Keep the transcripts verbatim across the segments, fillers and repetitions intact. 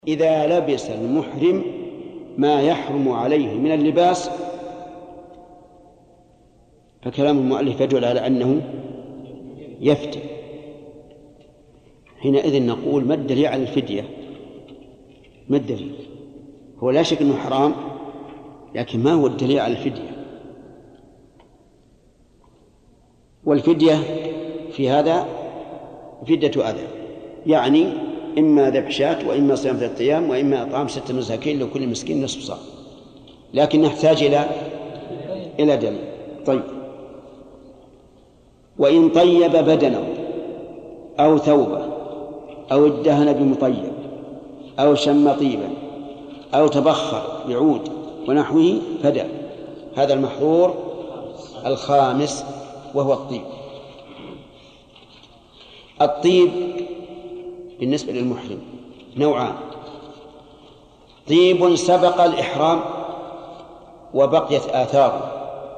إذا لبس المحرم ما يحرم عليه من اللباس فكلام المؤلف يدل على أنه يفتي. حينئذ نقول ما الدليل على الفدية؟ ما الدليل؟ هو لا شك أنه حرام، لكن ما هو الدليل على الفدية؟ والفدية في هذا فدية أذى، يعني إما ذبح شاة وإما صيام ثلاثة أيام وإما إطعام ستة مساكين لكل مسكين نصف صاع، لكن نحتاج إلى إلى دليل. طيب، وإن طيب بدنه أو ثوبه أو ادهن بمطيب أو شم طيبا أو تبخر بعود ونحوه فدى. هذا المحظور الخامس وهو الطيب. الطيب بالنسبة للمحرم نوعان: طيب سبق الإحرام وبقيت آثاره،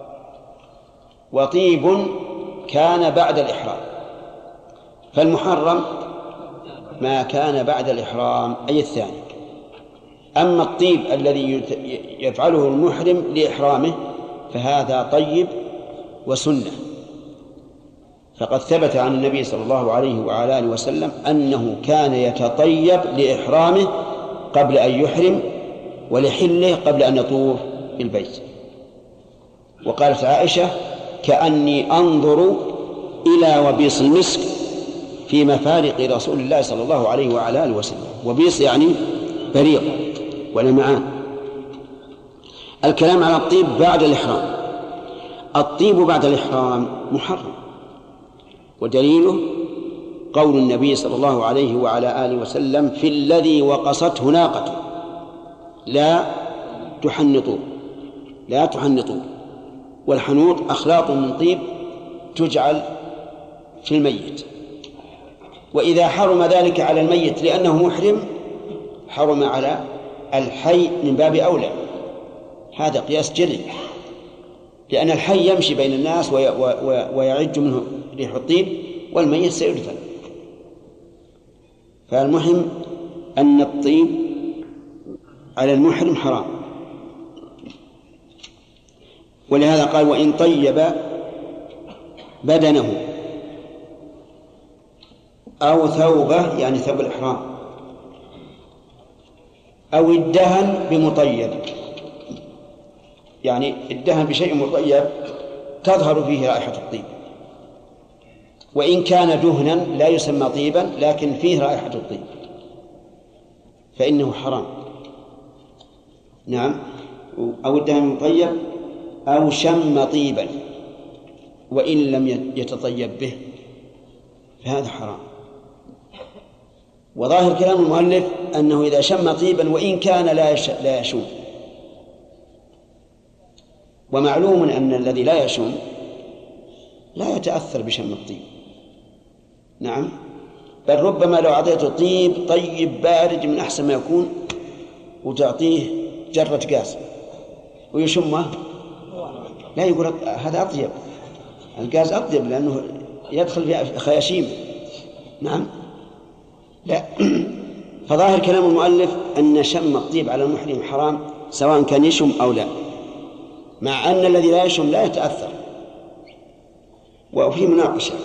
وطيب كان بعد الإحرام. فالمحرم ما كان بعد الإحرام أي الثاني. أما الطيب الذي يفعله المحرم لإحرامه فهذا طيب وسنة، فقد ثبت عن النبي صلى الله عليه وعلى آله وسلم أنه كان يتطيب لإحرامه قبل أن يحرم ولحله قبل أن يطوف بالبيت. وقالت عائشة: كأني أنظر إلى وبيص المسك في مفارق رسول الله صلى الله عليه وعلى آله وسلم. وبيص يعني بريق ولمعان. الكلام على الطيب بعد الإحرام. الطيب بعد الإحرام محرم، ودليله قول النبي صلى الله عليه وعلى آله وسلم: في الذي وقصته ناقته لا تحنطوا لا تحنطوا. والحنوط أخلاط من طيب تجعل في الميت، وإذا حرم ذلك على الميت لأنه محرم حرم على الحي من باب أولى. هذا قياس جلي، لأن الحي يمشي بين الناس ويعج منه ريح الطيب، والميت سيدفن. فالمهم أن الطيب على المحرم حرام. ولهذا قال: وإن طيب بدنه أو ثوبه، يعني ثوب الإحرام، أو ادهن بمطيب، يعني ادهن بشيء مطيب تظهر فيه رائحة الطيب، وإن كان دهنا لا يسمى طيبا لكن فيه رائحة الطيب فإنه حرام. نعم. أو ادهن مطيب أو شم طيبا وإن لم يتطيب به فهذا حرام. وظاهر كلام المؤلف أنه إذا شم طيبا وإن كان لا يشم، ومعلوم أن الذي لا يشم لا يتأثر بشم الطيب. نعم، بل ربما لو أعطيته طيب طيب بارد من أحسن ما يكون وتعطيه جرة غاز ويشمه لا يقول هذا أطيب، الغاز أطيب لأنه يدخل في خياشيم. نعم، لا. فظاهر كلام المؤلف أن شم الطيب على المحرم حرام سواء كان يشم أو لا، مع أن الذي لا يشم لا يتأثر. وفي مناقشة.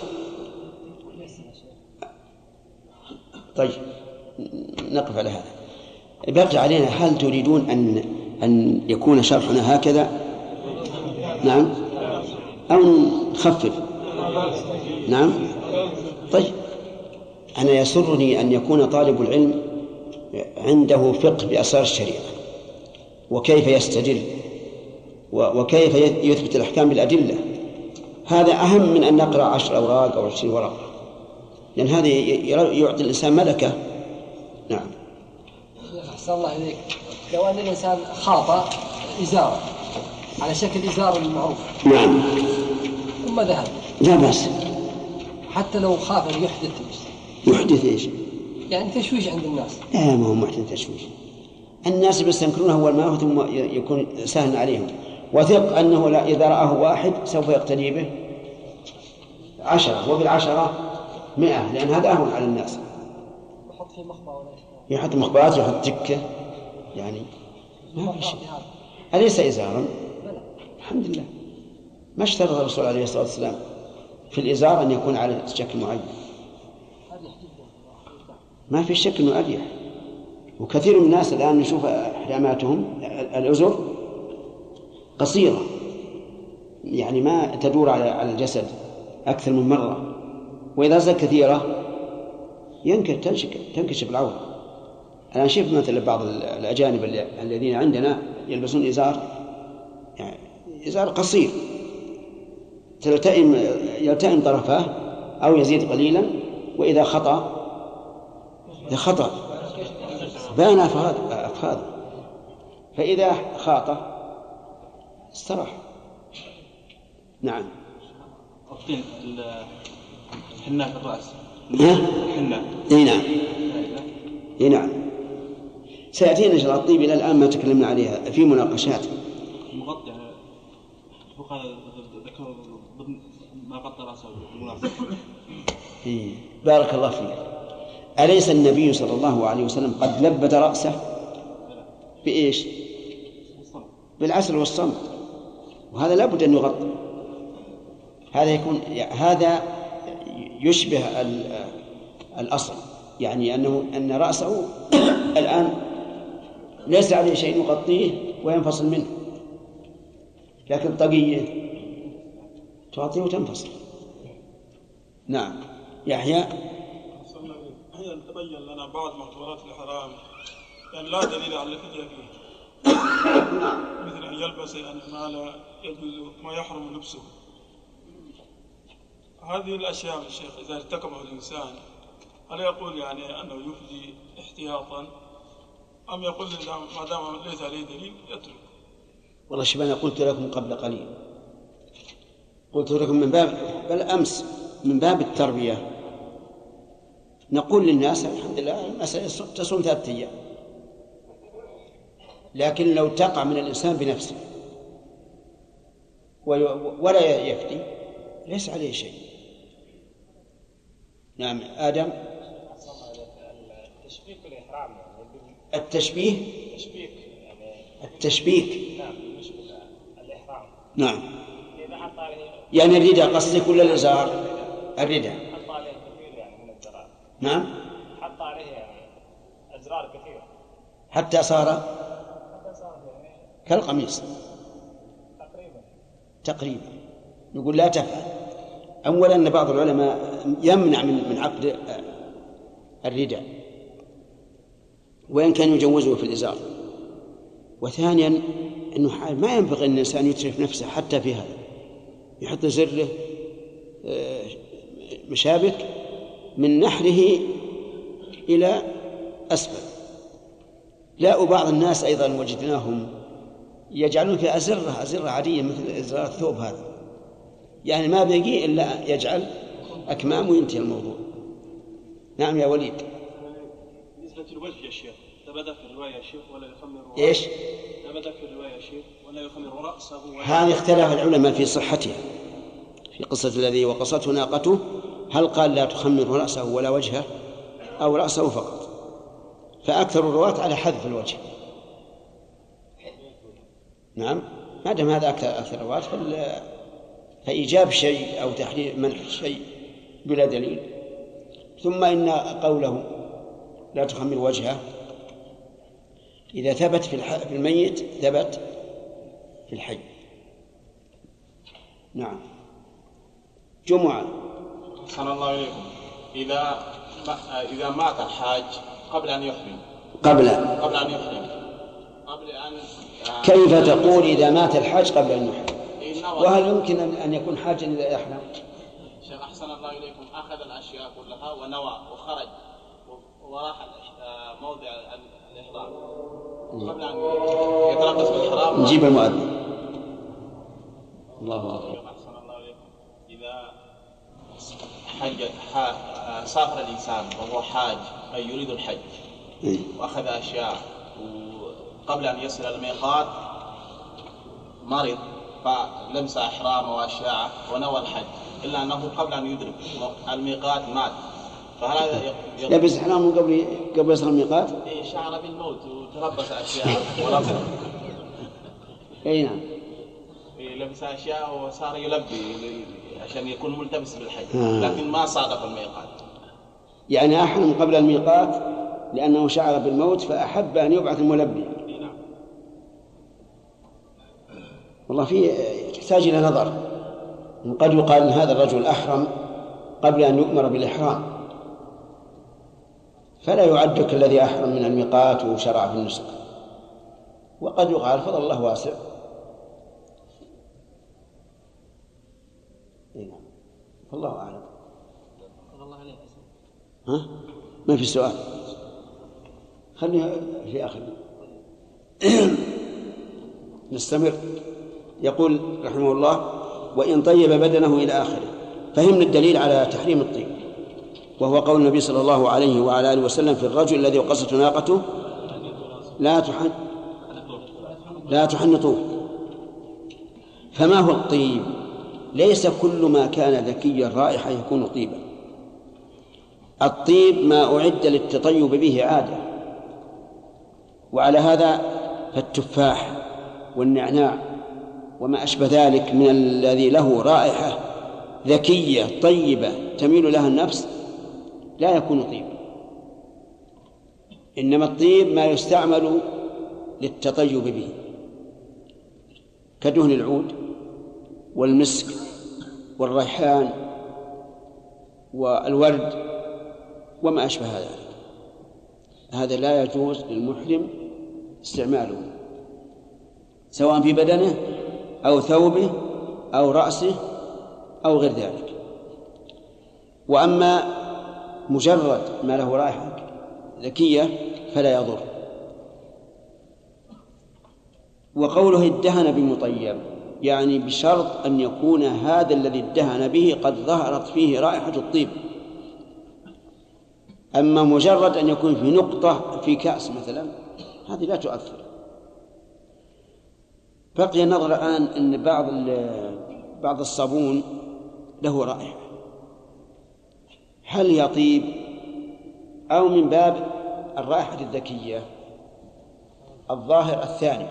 طيب، نقف على هذا. برجع علينا: هل تريدون أن أن يكون شرحنا هكذا؟ نعم، أو نخفف؟ نعم. طيب، أنا يسرني أن يكون طالب العلم عنده فقه بأسرار الشريعة وكيف يستدل وكيف يثبت الأحكام بالأدلة. هذا أهم من أن نقرأ عشر أوراق أو عشرين ورقة، لأن هذا يعطي الإنسان ملكة. نعم. أحسن الله إليك. لو أن الإنسان خاط إزار على شكل إزار المعروف، نعم، ثم ذهب، لا بأس، حتى لو خاف أن يحدث يحدث إيش؟ يعني تشويش عند الناس. لا، ما هو محدث تشويش. الناس بيستنكرونه أول ما هو ثم يكون سهل عليهم. وثق أنه لا إذا رآه واحد سوف يقتدي به عشرة، وبالعشرة مئة، لأن هذا أهون على الناس. في مخبأ ولا إشكال. يحط مخبات يحط تكة يعني ما في شيء. أليس إزارا؟ الحمد لله. ما اشترط الرسول عليه الصلاة والسلام في الإزار أن يكون على شكل معين. ما في شك أنه أريح. وكثير من الناس الآن نشوف إحراماتهم الأزر قصيرة يعني ما تدور على الجسد أكثر من مرة، وإذا صارت كثيرة تنكشف العورة. أنا شفت مثلا بعض الأجانب الذين عندنا يلبسون إزار يعني إزار قصير تلتئم يلتئم طرفاه أو يزيد قليلا، وإذا خطأ إذا خطأ بان أفخاذه، فإذا خاطأ استراح. نعم. الطين الحناء في الرأس. الحناء. اي نعم. اي نعم. سيأتينا إن شاء الله الطيب إلى الآن ما تكلمنا عليها في مناقشات. المغطى فوق هذا ذكر ما غطى رأسه بالمناسبة. إيه. بارك الله فيك. أليس النبي صلى الله عليه وسلم قد لبد رأسه بإيش؟ بالعسل والصمت، وهذا لا بد أن يغطى. هذا يكون هذا يشبه الأصل، يعني أنه أن رأسه الآن ليس عليه شيء يغطيه وينفصل منه، لكن طاقية تعطيه وتنفصل. نعم. يحيى. تبين لنا بعض محظورات الإحرام يعني لا دليل على الفدية فيه، مثل أن يلبس يعني ما لا يجوز ما يحرم لبسه. هذه الأشياء الشيخ إذا ارتكبها الإنسان هل يقول يعني أنه يفدي احتياطا أم يقول ما دام ليس عليه دليل يترك؟ والله شباب أنا قلت لكم قبل قليل، قلت لكم من باب بل أمس من باب التربية نقول للناس الحمد لله المسألة تصوم ثلاثة أيام، لكن لو تقع من الإنسان بنفسه ولا يفدي ليس عليه شيء. نعم. آدم. التشبيك بالإحرام التشبيه التشبيك يعني التشبيك نعم يشبه الإحرام. نعم. إذا حط عليه يعني الرداء قصدك ولا الإزار؟ الرداء حط عليه كثير يعني من الزرار. نعم. حط عليه يعني أزرار كثيرة حتى صار حتى صار يعني كالقميص تقريبا تقريبا. نقول لا تفعل. أولا أن بعض العلماء يمنع من من عقد الرداء وإن كان يجوزه في الإزار. وثانيا أنه ما ينبغي أن الإنسان يترف نفسه حتى في هذا، يحط زره مشابك من نحره إلى أسفل. لا. وبعض الناس أيضا وجدناهم يجعلون في أزرة أزرة عادية مثل إزرار الثوب هذا، يعني ما بيجي إلا يجعل أكمام وينتهي الموضوع. نعم يا وليد. بالنسبة للوجه يا شيخ ثبت في الرواية يا شيخ ولا يخمر إيش؟ ثبت في الرواية يا شيخ ولا يخمر رأسه ولا هذه اختلاف العلماء في صحتها. في قصة الذي وقصته ناقته هل قال لا تخمر رأسه ولا وجهه أو رأسه فقط؟ فأكثر الرواة على حذف الوجه. نعم. ما دام هذا أكثر أكثر الرواة فإيجاب شيء أو تحريم منع شيء بلا دليل. ثم إن قوله لا تخمر وجهه إذا ثبت في الميت ثبت في الحي. نعم. جمعة. صلى الله عليكم. إذا إذا مات الحاج قبل أن يحرم قبل قبل أن يحرم قبل أن كيف تقول إذا مات الحاج قبل أن يحرم؟ وهل يمكن أن يكون حاجا إذا يحرم؟ شيخ أحسن الله إليكم أخذ الأشياء كلها ونوى وخرج وراح موضع الإحرام قبل أن يتربص بالإحرام. نجيب المؤذن. الله أكبر. أحسن الله إليكم. إذا حج سافر الإنسان وهو حاج أي يريد الحج وأخذ أشياء وقبل أن يصل الميقات مرض فلبس إحرام وأشياء ونوى الحج، إلا أنه قبل أن يدرك الميقات مات، فهذا يق- لبس إحرام قبل قبل يصل الميقات. إيه شعر بالموت وتلبس أشياء ولبس أي نعم. إيه لبس أشياء وصار يلبي عشان يكون ملتبس بالحج آه. لكن ما صادف الميقات. يعني أحرم قبل الميقات لأنه شعر بالموت فأحب أن يبعث الملبي. إيه نعم. والله فيه يحتاج إلى نظر. قد يقال أن هذا الرجل أحرم قبل أن يؤمر بالإحرام فلا يعد كالذي أحرم من الميقات وشرع في النسك، وقد يقال فضل الله واسع. نعم والله أعلم. ها؟ ما في سؤال، خليها في آخر. نستمر. يقول رحمه الله: وإن طيب بدنه إلى آخره. فهمنا الدليل على تحريم الطيب، وهو قول النبي صلى الله عليه وعلى آله وسلم في الرجل الذي وقصت ناقته: لا تحن لا تحنطوه. فما هو الطيب؟ ليس كل ما كان ذكي الرائحة يكون طيبا. الطيب ما أعد للتطيب به عادة، وعلى هذا فالتفاح والنعناع وما أشبه ذلك من الذي له رائحة ذكية طيبة تميل لها النفس لا يكون طيبا. إنما الطيب ما يستعمل للتطيب به كدهن العود والمسك والريحان والورد وما أشبه ذلك. هذا لا يجوز للمحرم استعماله سواء في بدنه أو ثوبه أو رأسه أو غير ذلك. وأما مجرد ما له رائحة ذكية فلا يضر. وقوله ادهن بمطيب يعني بشرط أن يكون هذا الذي ادهن به قد ظهرت فيه رائحة الطيب. أما مجرد أن يكون في نقطة في كأس مثلا هذه لا تؤثر. بقي النظر الآن أن بعض بعض الصابون له رائحة، هل يطيب أو من باب الرائحة الذكية؟ الظاهر الثاني،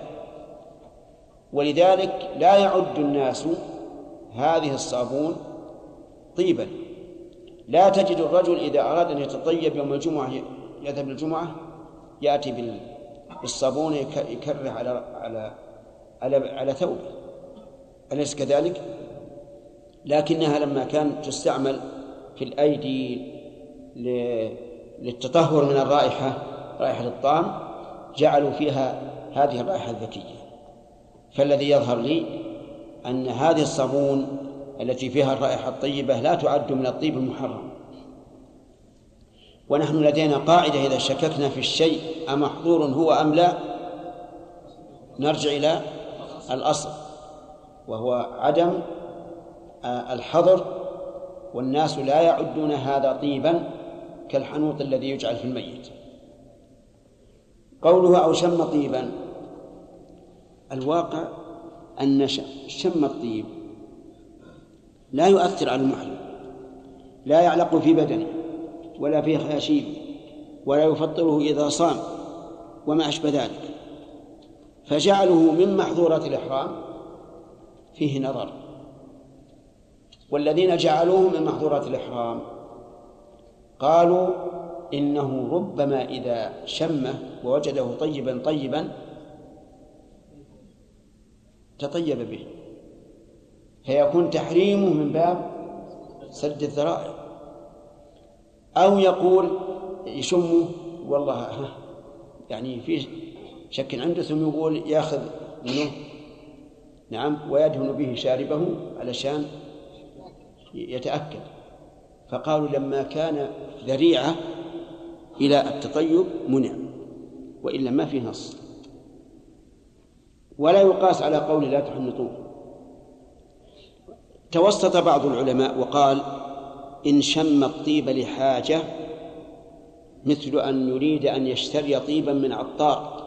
ولذلك لا يعد الناس هذه الصابون طيبا. لا تجد الرجل إذا أراد أن يتطيب يوم الجمعة يذهب للجمعة يأتي بالصابون يكره على على على على ثوبه، أليس كذلك؟ لكنها لما كانت تستعمل في الأيدي للتطهر من الرائحة رائحة الطعام جعلوا فيها هذه الرائحة الذكية. فالذي يظهر لي أن هذه الصابون التي فيها الرائحة الطيبة لا تعد من الطيب المحرم. ونحن لدينا قاعدة: إذا شككنا في الشيء أمحظور هو أم لا نرجع إلى الأصل، وهو عدم الحظر، والناس لا يعدون هذا طيبا كالحنوط الذي يجعل في الميت. قوله أو شم طيبا، الواقع أن شم الطيب لا يؤثر على المحرم، لا يعلق في بدنه ولا في خياشيمه ولا يفطره إذا صام وما أشبه ذلك، فجعله من محظورات الإحرام فيه نظر. والذين جعلوه من محظورات الإحرام قالوا إنه ربما إذا شمه ووجده طيبا طيبا تطيب به، فيكون تحريمه من باب سد الذرائع. أو يقول يشمه والله يعني في شك عنده ثم يقول يأخذ منه نعم ويدهن به شاربه علشان يتأكد. فقالوا لما كان ذريعة إلى التطيب منع، وإلا ما فيه نص. ولا يقاس على قول لا تحنطوه. توسط بعض العلماء وقال إن شم الطيب لحاجة مثل أن يريد أن يشتري طيبا من عطار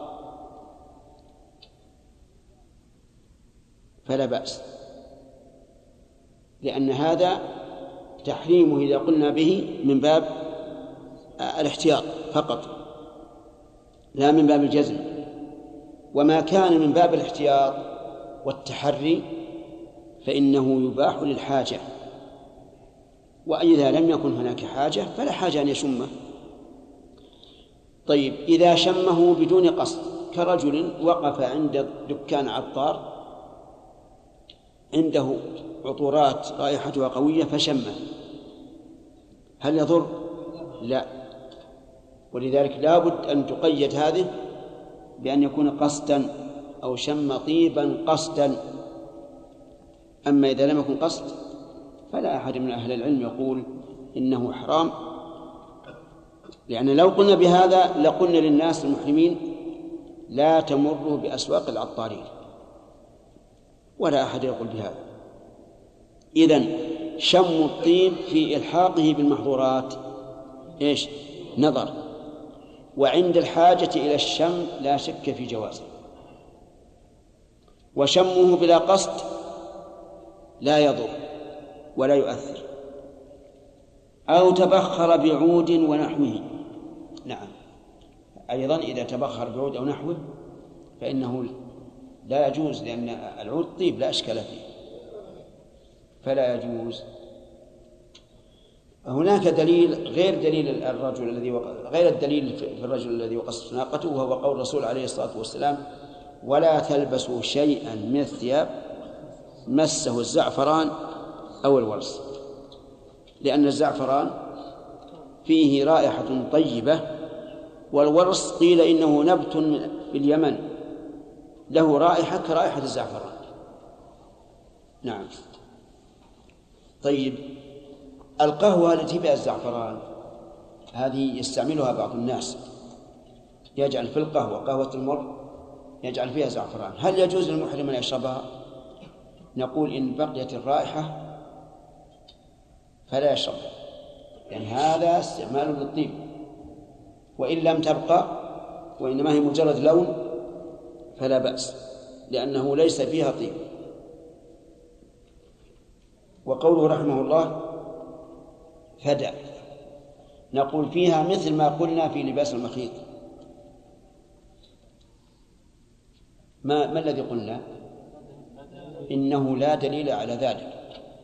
فلا بأس، لأن هذا تحريمه إذا قلنا به من باب الاحتياط فقط لا من باب الجزم. وما كان من باب الاحتياط والتحري فإنه يباح للحاجة، وإذا لم يكن هناك حاجة فلا حاجة أن يشمه. طيب إذا شمه بدون قصد كرجل وقف عند دكان عطار عنده عطورات رائحتها قوية فشمه، هل يضر؟ لا. ولذلك لا بد أن تقيد هذه بأن يكون قصدا أو شم طيبا قصدا. أما إذا لم يكن قصد فلا أحد من أهل العلم يقول إنه حرام، لأن لو قلنا بهذا لقلنا للناس المحرمين لا تمروا بأسواق العطارين، ولا أحد يقول بهذا. إذن شم الطيب في إلحاقه بالمحظورات إيش؟ نظر، وعند الحاجة إلى الشم لا شك في جوازه. وشمه بلا قصد لا يضر ولا يؤثر. أو تبخر بعود ونحوه، نعم أيضا إذا تبخر بعود أو نحوه فإنه لا يجوز، لأن العود طيب لا أشكال فيه فلا يجوز. هناك دليل غير دليل الرجل الذي غير الدليل في الرجل الذي وقصت ناقته، وهو قول الرسول عليه الصلاة والسلام: ولا تلبسوا شيئا من الثياب مسه الزعفران أو الورس، لأن الزعفران فيه رائحة طيبة، والورس قيل إنه نبت في اليمن له رائحة كرائحة الزعفران. نعم. طيب القهوة التي فيها الزعفران هذه يستعملها بعض الناس، يجعل في القهوة قهوة المر يجعل فيها زعفران، هل يجوز للمحرم أن يشربها؟ نقول إن بقيت الرائحة فلا يشربها، يعني هذا استعمال للطيب. وإن لم تبقى وإنما هي مجرد لون فلا بأس، لأنه ليس فيها طيب. وقوله رحمه الله فدع، نقول فيها مثل ما قلنا في لباس المخيط. ما, ما الذي قلنا؟ إنه لا دليل على ذلك.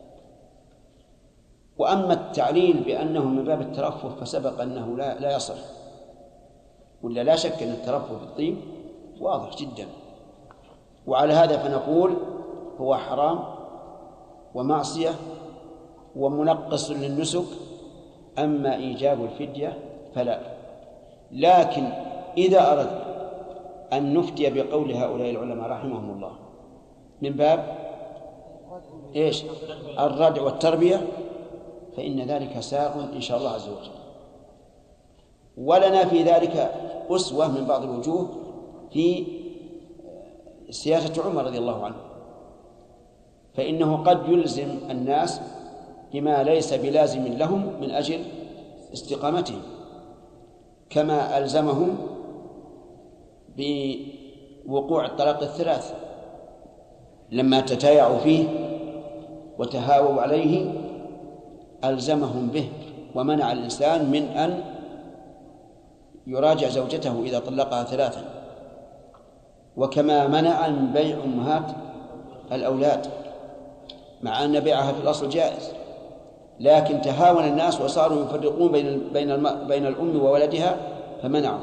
وأما التعليل بأنه من باب الترفه فسبق أنه لا, لا يصح، ولا لا شك أن الترفه بالطيب واضح جدا. وعلى هذا فنقول هو حرام ومعصية ومنقص للنسك. أما إيجاب الفدية فلا. لكن إذا أردت أن نفتي بقول هؤلاء العلماء رحمهم الله من باب إيش؟ الردع والتربية فإن ذلك ساغ إن شاء الله عز وجل. ولنا في ذلك أسوة من بعض الوجوه في سياسة عمر رضي الله عنه، فإنه قد يلزم الناس بما ليس بلازم لهم من أجل استقامتهم، كما ألزمهم بوقوع الطلاق الثلاث لما تتايعوا فيه وتهاووا عليه ألزمهم به، ومنع الإنسان من أن يراجع زوجته إذا طلقها ثلاثا. وكما منع من بيع أمهات الأولاد، مع أن بيعها في الأصل جائز، لكن تهاون الناس وصاروا يفرقون بين بين بين الأم وولدها فمنعوا.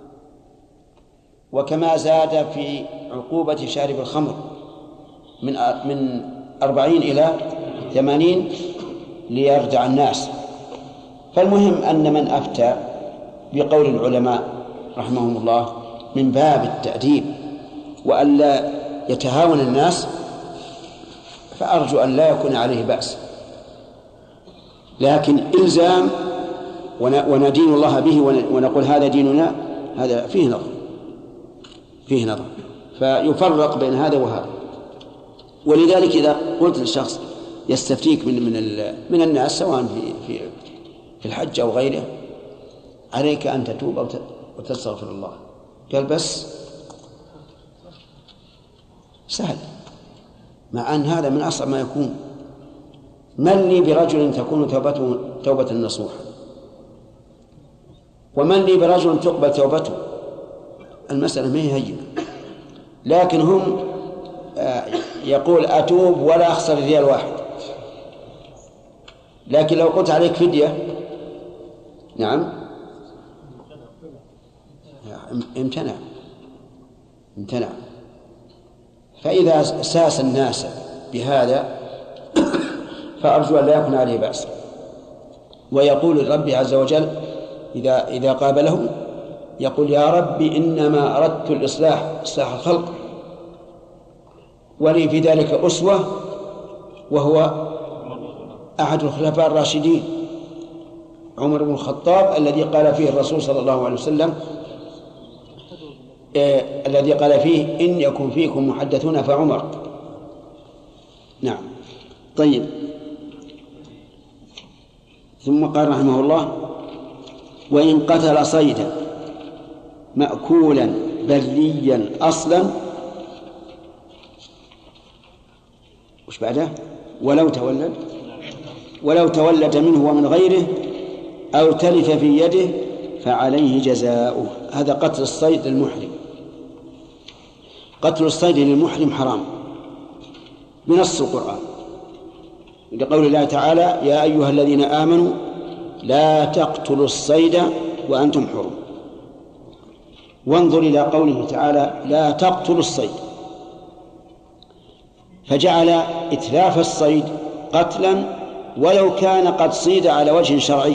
وكما زاد في عقوبة شارب الخمر من من أربعين إلى ثمانين ليردع الناس. فالمهم أن من أفتى بقول العلماء رحمهم الله من باب التأديب وألا يتهاون الناس فأرجو أن لا يكون عليه بأس. لكن إلزام وندين الله به ونقول هذا ديننا، هذا فيه نظر فيه نظر فيفرق بين هذا وهذا. ولذلك إذا قلت للشخص يستفتيك من من من الناس سواء في في في الحج أو غيره عليك أن تتوب وتستغفر الله، قال بس سهل، مع أن هذا من أصعب ما يكون. من لي برجل تكون توبته توبة نصوحة ومن لي برجل تقبل توبته، المسألة ما هي هينة، لكن هم يقول أتوب ولا أخسر ريال واحد، لكن لو قلت عليك فدية نعم امتنع امتنع. فإذا ساس الناس بهذا فأرجو أن لا يكون عليه بأس. ويقول الرب عز وجل إذا إذا قابلهم يقول يا رب إنما أردت الإصلاح إصلاح الخلق ولي في ذلك أسوة وهو أحد الخلفاء الراشدين عمر بن الخطاب الذي قال فيه الرسول صلى الله عليه وسلم آه الذي قال فيه إن يكن فيكم محدثون فعمر. نعم. طيب. ثم قال رحمه الله وإن قتل صيدا مأكولا بريا أصلا وش بعده ولو تولد ولو تولد منه ومن غيره أو تلف في يده فعليه جزاؤه. هذا قتل الصيد للمحرم. قتل الصيد للمحرم حرام بنص القرآن لقول الله تعالى يا أيها الذين آمنوا لا تقتلوا الصيد وأنتم حرم. وانظر إلى قوله تعالى لا تقتلوا الصيد، فجعل إتلاف الصيد قتلا ولو كان قد صيد على وجه شرعي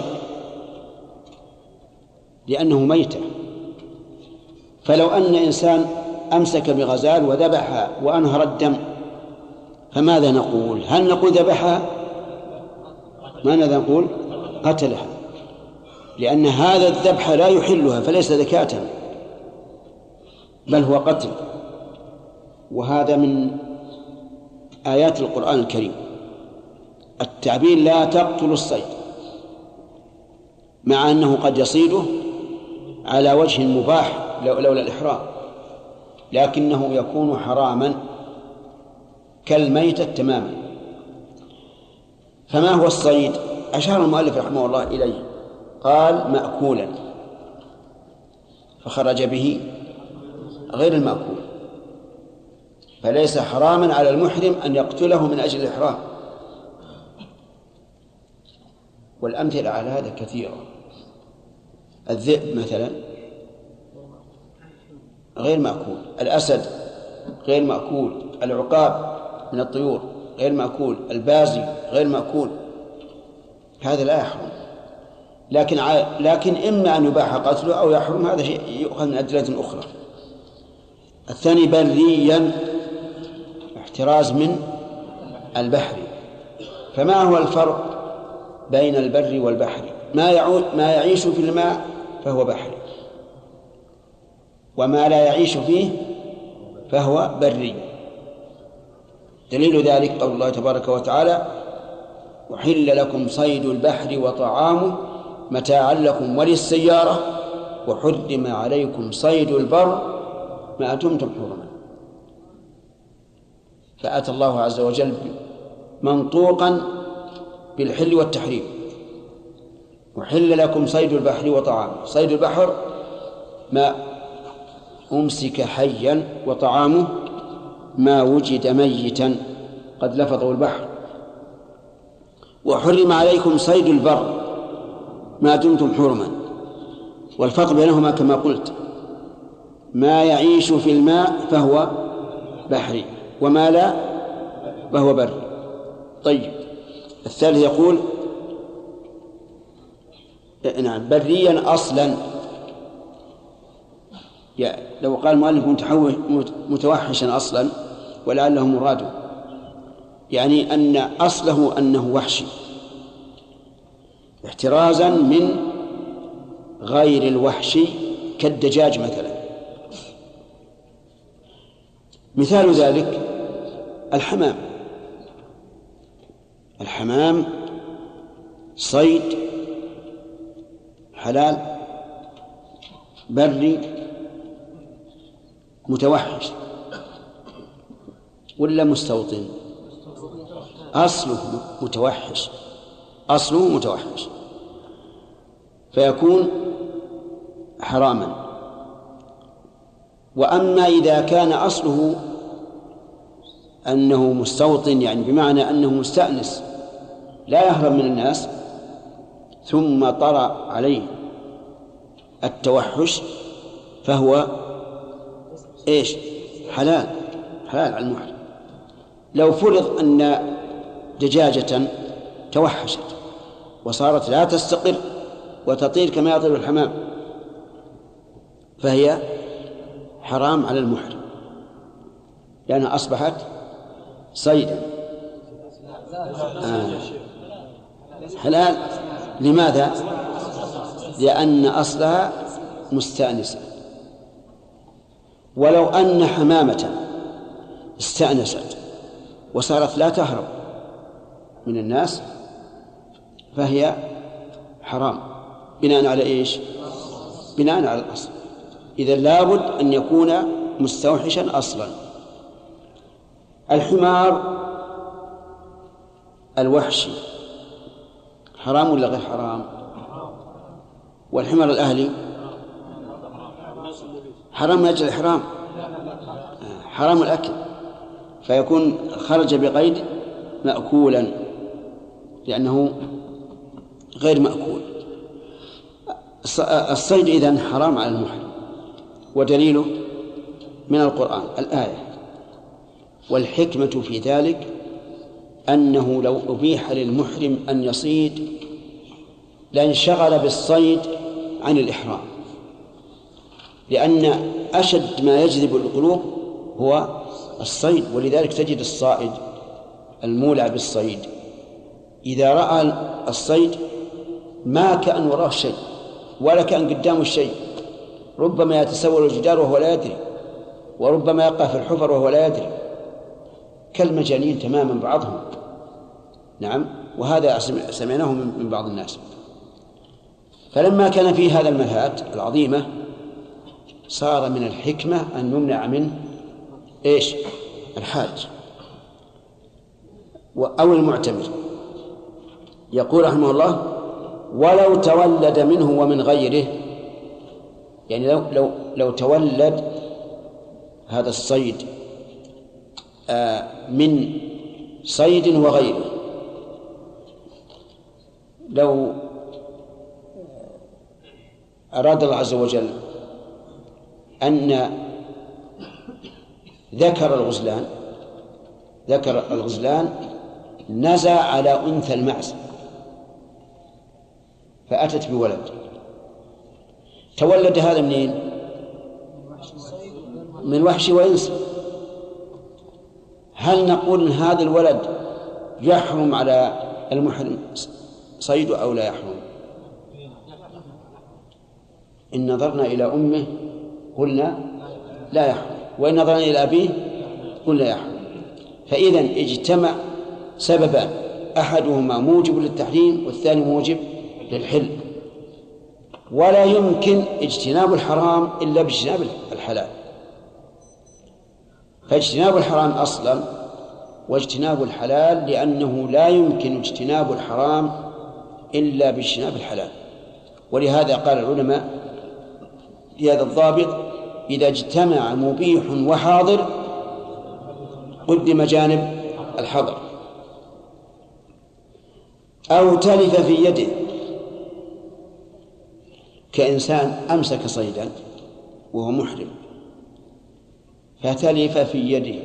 لأنه ميتة. فلو أن إنسان أمسك بغزال وذبحها وأنهر الدم فماذا نقول؟ هل نقول ذبحها؟ ماذا نقول؟ قتلها، لأن هذا الذبح لا يحلها فليس ذكاة بل هو قتل. وهذا من آيات القرآن الكريم التعبير لا تقتل الصيد، مع أنه قد يصيده على وجه مباح لولا الإحرام، لكنه يكون حراما كالميتة تماما. فما هو الصيد؟ أشار المؤلف رحمه الله إليه قال مأكولا، فخرج به غير المأكول، فليس حراما على المحرم أن يقتله من أجل الإحرام. والأمثلة على هذا كثيرة. الذئب مثلا غير مأكول، الأسد غير مأكول، العقاب من الطيور غير مأكول، البازي غير مأكول، هذا لا يحرم. لكن لكن إما أن يباح قتله أو يحرم، هذا شيء يؤخذ من أدلة أخرى. الثاني بريا احتراز من البحر. فما هو الفرق بين البر والبحر؟ ما يعود ما يعيش في الماء فهو بحر، وما لا يعيش فيه فهو بري. دليل ذلك قول الله تبارك وتعالى أحل لكم صيد البحر وطعامه متاعا لكم وللسيارة وحرم عليكم صيد البر ما دمتم حرما. فأتى الله عز وجل منطوقا بالحل والتحريم. وحل لكم صيد البحر وطعامه. صيد البحر ما أمسك حيا، وطعامه ما وجد ميتا قد لفظه البحر. وحرم عليكم صيد البر ما دمتم حرما. والفرق بينهما كما قلت ما يعيش في الماء فهو بحري، وما لا فهو بري. طيب. الثالث يقول نعم بريا أصلا. لو قال المؤلف متوحشا أصلا ولعله مراده، يعني أن أصله أنه وحشي احترازا من غير الوحشي كالدجاج مثلا. مثال ذلك الحمام. الحمام صيد حلال بري متوحش ولا مستوطن؟ أصله متوحش، أصله متوحش، فيكون حراما. وأما إذا كان أصله أنه مستوطن، يعني بمعنى أنه مستأنس لا يهرب من الناس، ثم طرأ عليه التوحش، فهو إيش؟ حلال، حلال على المحرم. لو فرض أن دجاجة توحشت وصارت لا تستقر وتطير كما يطير الحمام، فهي حرام على المحرم لأنها أصبحت صيدا. آه. حلال. لماذا؟ لأن أصلها مستأنسة. ولو أن حمامة استأنست وصارت لا تهرب من الناس فهي حرام بناء على إيش؟ بناء على الأصل. إذا لابد أن يكون مستوحشا أصلا. الحمار الوحشي حرام ولا غير حرام؟ والحمار الأهلي حرام من أجل الحرام، حرام الأكل، فيكون خرج بقيد مأكولا لأنه غير مأكول. الصيد إذن حرام على المحرم، ودليله من القرآن الآية. والحكمة في ذلك أنه لو أبيح للمحرم أن يصيد لانشغل بالصيد عن الإحرام، لأن أشد ما يجذب القلوب هو الصيد. ولذلك تجد الصائد المولع بالصيد إذا رأى الصيد ما كأن وراه شيء ولا كأن قدامه شيء، ربما يتسول الجدار وهو لا يدري، وربما يقع في الحفر وهو لا يدري، كالمجانين تماما بعضهم. نعم، وهذا سمعناه من بعض الناس. فلما كان فيه هذا الملهات العظيمة صار من الحكمة أن نمنع منه إيش؟ الحاج أو المعتمر. يقول رحمه الله: ولو تولد منه ومن غيره، يعني لو لو لو تولد هذا الصيد من صيد وغيره، لو أراد الله عز وجل أن ذكر الغزلان ذكر الغزلان نزع على أنثى المعز فأتت بولد، تولد هذا منين؟ من وحش وإنس. هل نقول إن هذا الولد يحرم على المحرم صيده أو لا يحرم؟ إن نظرنا إلى أمه قلنا لا يحرم، وإن نظرنا إلى أبيه قلنا يحرم. فإذا اجتمع سببان، أحدهما موجب للتحريم والثاني موجب للحل، ولا يمكن اجتناب الحرام إلا باجتناب الحلال. فاجتناب الحرام أصلا واجتناب الحلال، لأنه لا يمكن اجتناب الحرام إلا باجتناب الحلال. ولهذا قال العلماء في هذا الضابط: إذا اجتمع مبيح وحاضر قدم جانب الحظر. أو تلف في يده، كإنسان أمسك صيدا وهو محرم فتلف في يده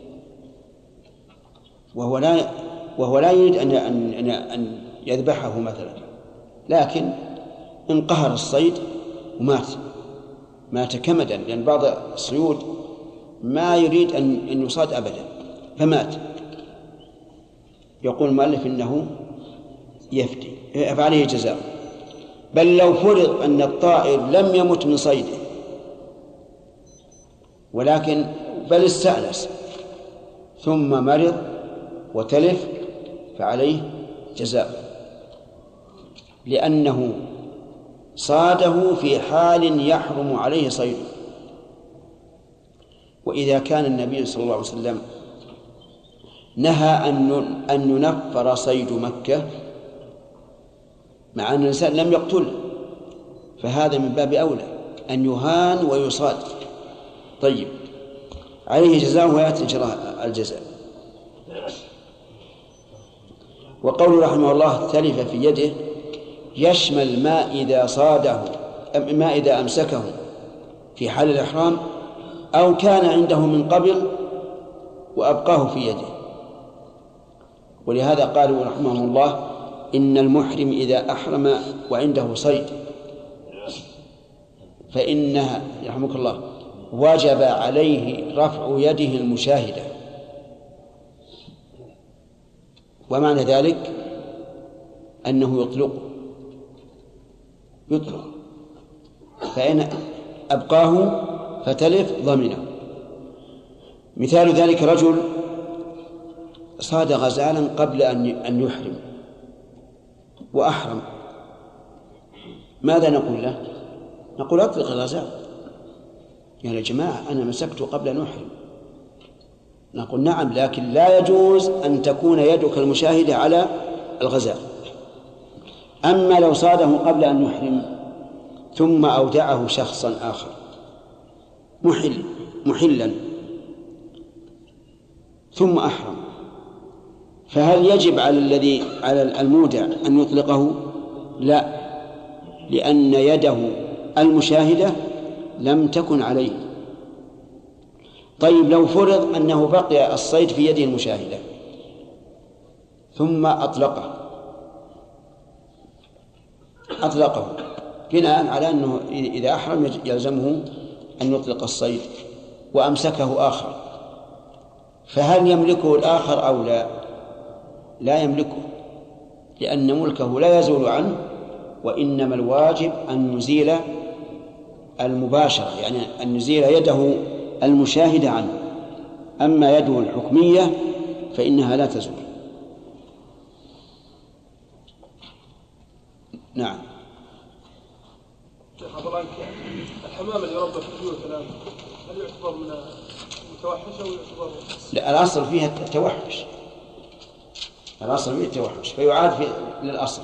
وهو لا وهو لا يريد أن أن أن يذبحه مثلا، لكن انقهر الصيد ومات، مات كمدا، لأن بعض الصيود ما يريد أن أن يصاد أبدا فمات. يقول المؤلف إنه يفدي، فعليه جزاء. بل لو فرض أن الطائر لم يمت من صيده ولكن بل استأنس ثم مرض وتلف فعليه جزاء، لأنه صاده في حال يحرم عليه صيده. وإذا كان النبي صلى الله عليه وسلم نهى أن ينفر صيد مكة مع أن الإنسان لم يقتله، فهذا من باب أولى أن يهان ويصاد. طيب، عليه جزاء ويأتي إن شاء الله الجزاء. وقول رحمه الله تلف في يده يشمل ما إذا صاده، ما إذا أمسكه في حال الإحرام أو كان عنده من قبل وأبقاه في يده. ولهذا قالوا رحمهم الله إن المحرم إذا أحرم وعنده صيد فإنها رحمك الله وجب عليه رفع يده المشاهدة. ومعنى ذلك أنه يطلق يطلق فإن أبقاه فتلف ضمنه. مثال ذلك رجل صاد غزالا قبل أن يحرم وأحرم، ماذا نقول له؟ نقول أطلق الغزال. يعني يا جماعة أنا مسكته قبل أن أحرم. نقول نعم، لكن لا يجوز أن تكون يدك المشاهدة على الغزال. أما لو صاده قبل أن يحرم ثم أودعه شخصا آخر محل محلا ثم أحرم، فهل يجب على الذي على المودع أن يطلقه؟ لا، لأن يده المشاهدة لم تكن عليه. طيب، لو فرض أنه بقي الصيد في يده المشاهدة ثم أطلقه أطلقه بناء على أنه إذا أحرم يلزمه أن يطلق الصيد وأمسكه آخر، فهل يملكه الآخر أو لا؟ لا يملكه، لأن ملكه لا يزول عنه، وإنما الواجب أن نزيل المباشرة، يعني أن نزيل يده المشاهدة عنه. أما يده الحكمية فإنها لا تزول. نعم. الحمام اللي يربى في البيوت الآن هل يعتبر من المتوحش أو يعتبر؟ لا، الأصل فيها التوحش، الأصل فيه التوحش فيعاد في للأصل.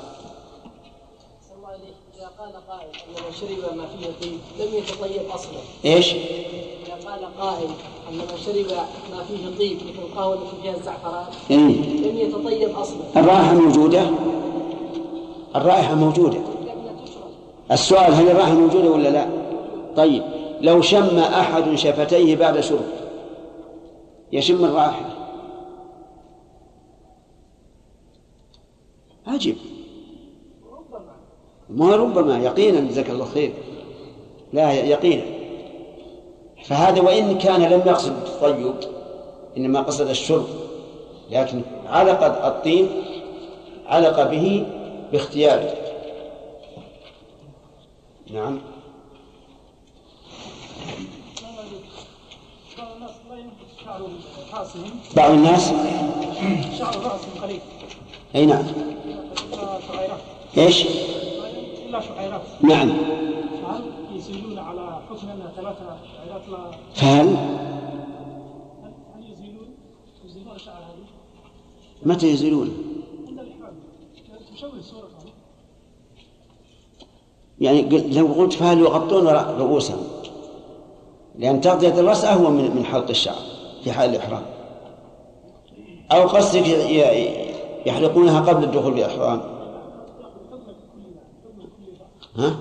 إذا قال قائل أن من شرب ما فيه طيب لم يتطيب أصلا. إيش؟ إذا قال قائل أن من شرب ما فيه طيب مثل القهوة التي فيها الزعفران إيه؟ لم يتطيب أصلا. الرائحة موجودة، الرائحة موجودة. السؤال هل الرائحة موجودة ولا لا؟ طيب، لو شم أحد شفتيه بعد شرب يشم الرائحة؟ عجيب. ما ربما، يقينا، جزاك الله خير، لا يقينا. فهذا وإن كان لم يقصد التطيب إنما قصد الشرب، لكن علق الطيب علق به باختياره. نعم. بعض الناس شعر رأسهم قليل. أي نعم. إيش؟ إلا شعيرات. نعم. فهل يزيلون على حكم أنها ثلاثة شعيرات لا؟ فهل؟ هل يزيلون يزيلون شعر هذه؟ متى يزيلون؟ عند الإحرام. تشوه الصورة. يعني لو قلت فهل يغطون رؤوسهم، لأن تغطية الرأس أهون من حلق الشعر في حال الإحرام، أو قصدك يحلقونها قبل الدخول بالإحرام؟ ها؟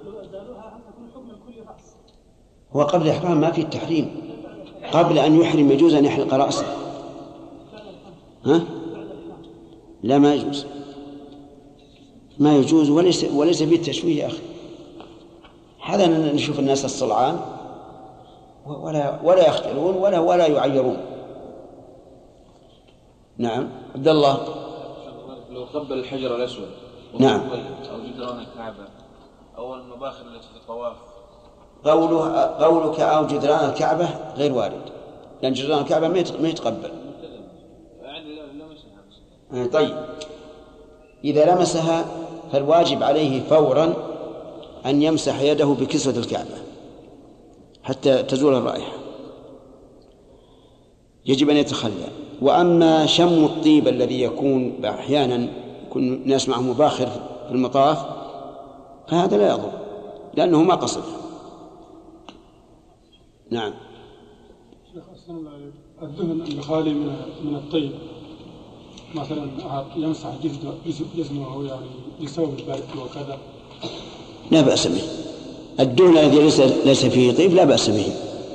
هو قبل الإحرام ما في التحريم، قبل أن يحرم يجوز أن يحلق رأسه. ها؟ لا، ما يجوز، ما يجوز، وليس وليس فيه التشويه يا أخي. هذا نشوف الناس الصلعان ولا ولا يختلون ولا ولا يعيرون. نعم. عبد الله. لو قبل الحجر الأسود نعم أو جدران الكعبة أو المباخر التي في الطواف، قوله قولك أو جدران الكعبة غير وارد، لأن جدران الكعبة ما يتقبل. طيب، إذا لمسها فالواجب عليه فورا أن يمسح يده بكسوة الكعبة حتى تزول الرائحة، يجب أن يتخلى. وأما شم الطيب الذي يكون أحيانا يكون الناس معهم مباخر في المطاف فهذا لا يضر، لأنه ما قصد. نعم. شيخ أحسن الله عليك، الدهن الخالي من من الطيب مثلا يمسح جسمه يعني بثوب البارد وكذا لا بأس به. الدهن الذي ليس ليس فيه طيب لا بأس به.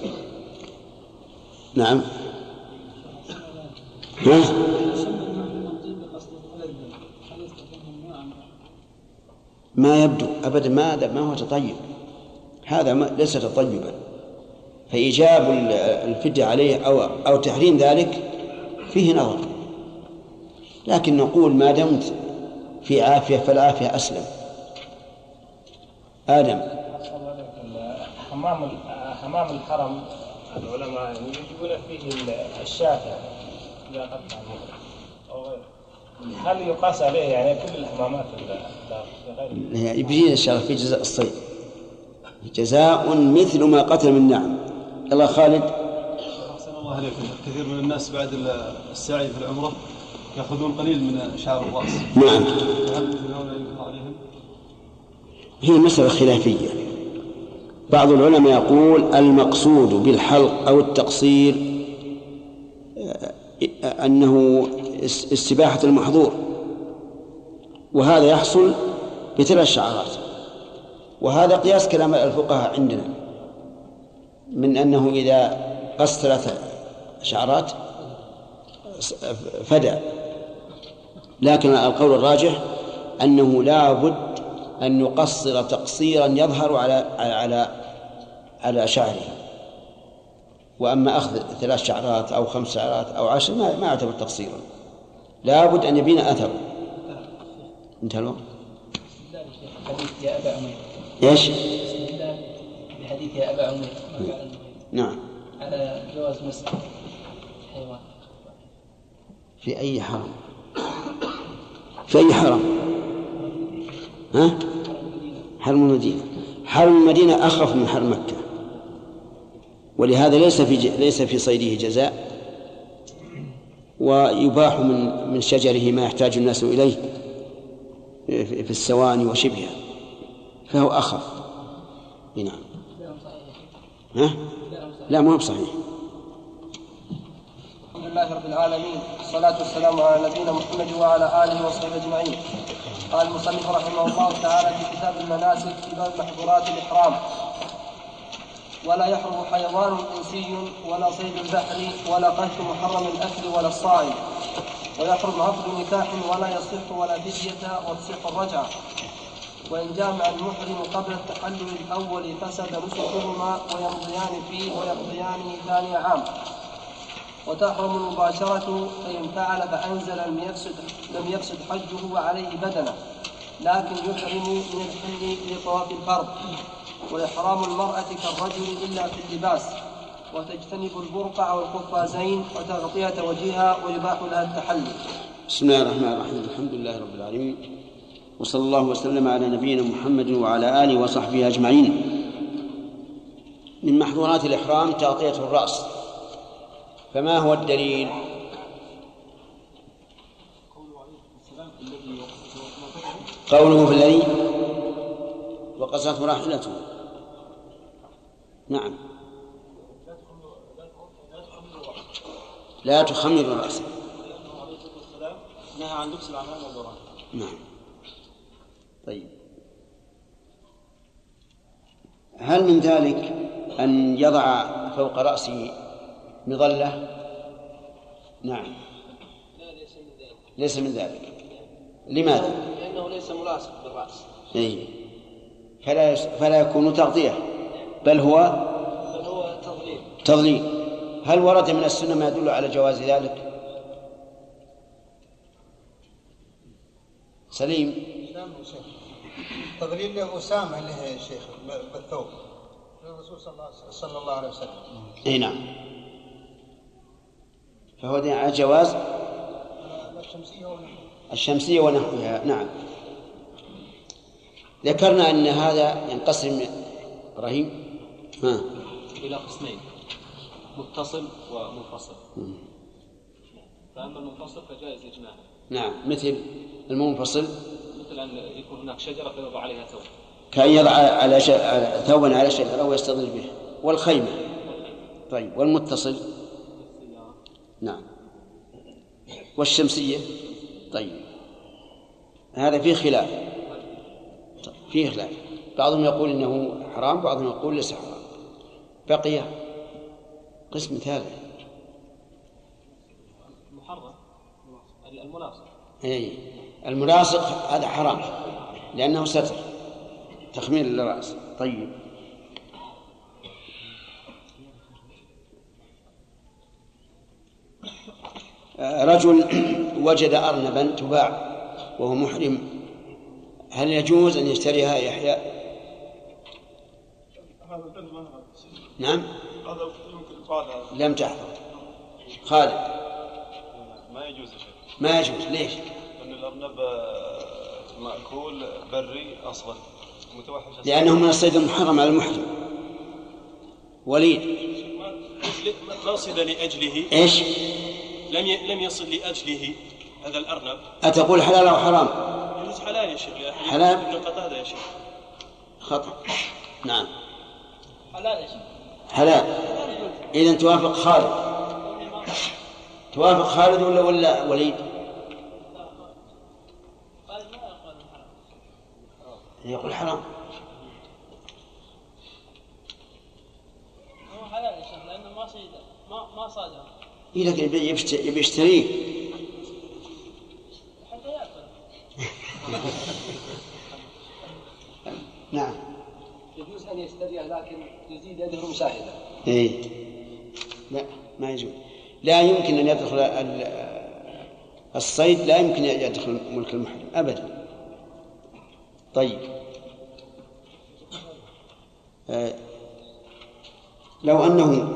نعم. ها؟ ما يبدو أبدا، ما ما هو تطيب، هذا ما ليس تطيبا، فإيجاب الفدية عليه أو أو تحريم ذلك فيه نظر، لكن نقول ما دمت في عافية فالعافية أسلم. آدم. حمام حمام الحرم العلماء يجيبون فيه الشافع إذا قطع المغرب، هل يقاس عليه يعني كل الحمامات غير؟ يبين إن شاء الله في جزاء الصيد جزاء مثل ما قتل من نعم. الله خالد. أحسن الله عليكم. كثير من الناس بعد السعي في العمرة يأخذون قليل من شعر الرأس. نعم. هل مثل هؤلاء ينكر عليهم؟ هي مسألة خلافية. بعض العلماء يقول المقصود بالحلق أو التقصير أنه استباحة المحظور، وهذا يحصل بثلاث شعرات، وهذا قياس كلام الفقهاء عندنا من أنه إذا قص ثلاث شعرات فدى، لكن القول الراجح أنه لا بد أن يقصر تقصيرا يظهر على على على شعره، وأما أخذ ثلاث شعرات أو خمس شعرات أو عشر ما ما يعتبر تقصيرا، لا بد أن يبين أثر. انتهى الوقت. حديث يا أبا عمير. إيش؟ بحديث يا أبا عمير. نعم. على جواز مسح حيوان. في أي حرم؟ في أي حرم؟ ها؟ حرم المدينة. حرم المدينة أخف من حرم مكة، ولهذا ليس في ج... ليس في صيده جزاء، ويباح من من شجره ما يحتاج الناس إليه في السواني وشبهها، فهو أخف. نعم. ها؟ لا مو بصحيح. الحمد لله رب العالمين، الصلاة والسلام على نبينا محمد وعلى آله وصحبه أجمعين. قال المصنف رحمه الله تعالى في كتاب المناسك في باب محظورات الإحرام: ولا يحرم حيوان إنسي ولا صيد البحر ولا قتل محرم الأكل ولا الصائم، ويحرم عقد نكاح ولا يصح ولا فدية وتصح الرجعة، وإن جامع المحرم قبل التحلل الأول فسد نسكهما ويمضيان فيه ويقضيانه ثاني عام. وتحرم المباشرة فإن فعل فأنزل لم يفسد, لم يفسد حجه وعليه بدنه، لكن يحرم من الحل لطواف الفرض. وإحرام المرأة كالرجل إلا في اللباس، وتجتنب البرقع والقفازين وتغطية وجهها ويباح لها التحلل. بسم الله الرحمن الرحيم. الحمد لله رب العالمين، وصلى الله وسلم على نبينا محمد وعلى آله وصحبه أجمعين. من محظورات الإحرام تغطية الرأس، فما هو الدليل؟ قوله في الذي وقصته راحلته. نعم. لا تخمر رأسه. نهى عن لبس العمام والبران. نعم. طيب، هل من ذلك أن يضع فوق رأسه مظلة؟ نعم. لا، ليس من ذلك. ليس من ذلك. لماذا؟ لأنه ليس ملاصق بالرأس. أي. فلا فلا يكون تغطية، بل هو بل هو تضليل. تضليل. هل ورد من السنة ما يدل على جواز ذلك؟ سليم. نعم يا شيخ. تضليل أسامة له يا شيخ بالثوب الرسول صلى الله عليه وسلم. اي نعم. فهو دين على جواز الشمسية ونحوها. الشمسية ونحوها. نعم. ذكرنا أن هذا ينقسم إبراهيم ها إلى قسمين: متصل ومنفصل. فأما المنفصل فجائز إجماعا. نعم. مثل المنفصل، مثل أن يكون هناك شجرة فيوضع عليها ثوب، كأن يضع على ش... ثوبا على شجرة ويستظل به. والخيمة طيب والمتصل؟ نعم. والشمسية؟ طيب هذا فيه خلاف، فيه خلاف، بعضهم يقول إنه حرام، بعضهم يقول ليس حرام. بقي قسم ثالث، المحرم الملاصق. أي الملاصق هذا حرام لأنه ستر تخمير للرأس. طيب رجل وجد أرنبا تباع وهو محرم، هل يجوز أن يشتريها يحيى؟ نعم. لم تحضر خالد. ما يجوز يا شيخ. ما يجوز. ليش؟ لأن الأرنب مأكول بري أصغر متوحش أصغر. لأنه من الصيد المحرم على المحرم. وليد ما صيد لأجله؟ إيش؟ لم ي... لم يصل لأجله هذا الأرنب. أتقول حلال أو حرام؟ يجوز حلال يا شيخ. حلال. ابن قتادة يا شيخ. خطأ. نعم حلال يا شيخ. حلال. إذن توافق خالد؟ توافق خالد ولا ولا وليد؟ يقول حرام. هو حلال يا شيخ لأنه ما صيد ما ما صادها. إيه لكن يبي يشتريه حتى يأكل. نعم. يجوز أن يشتريها لكن يزيد يده مشاهدة. إيه لا ما يجوز. لا يمكن أن يدخل الصيد، لا يمكن أن يدخل ملك المحرم أبدا. طيب آه لو أنه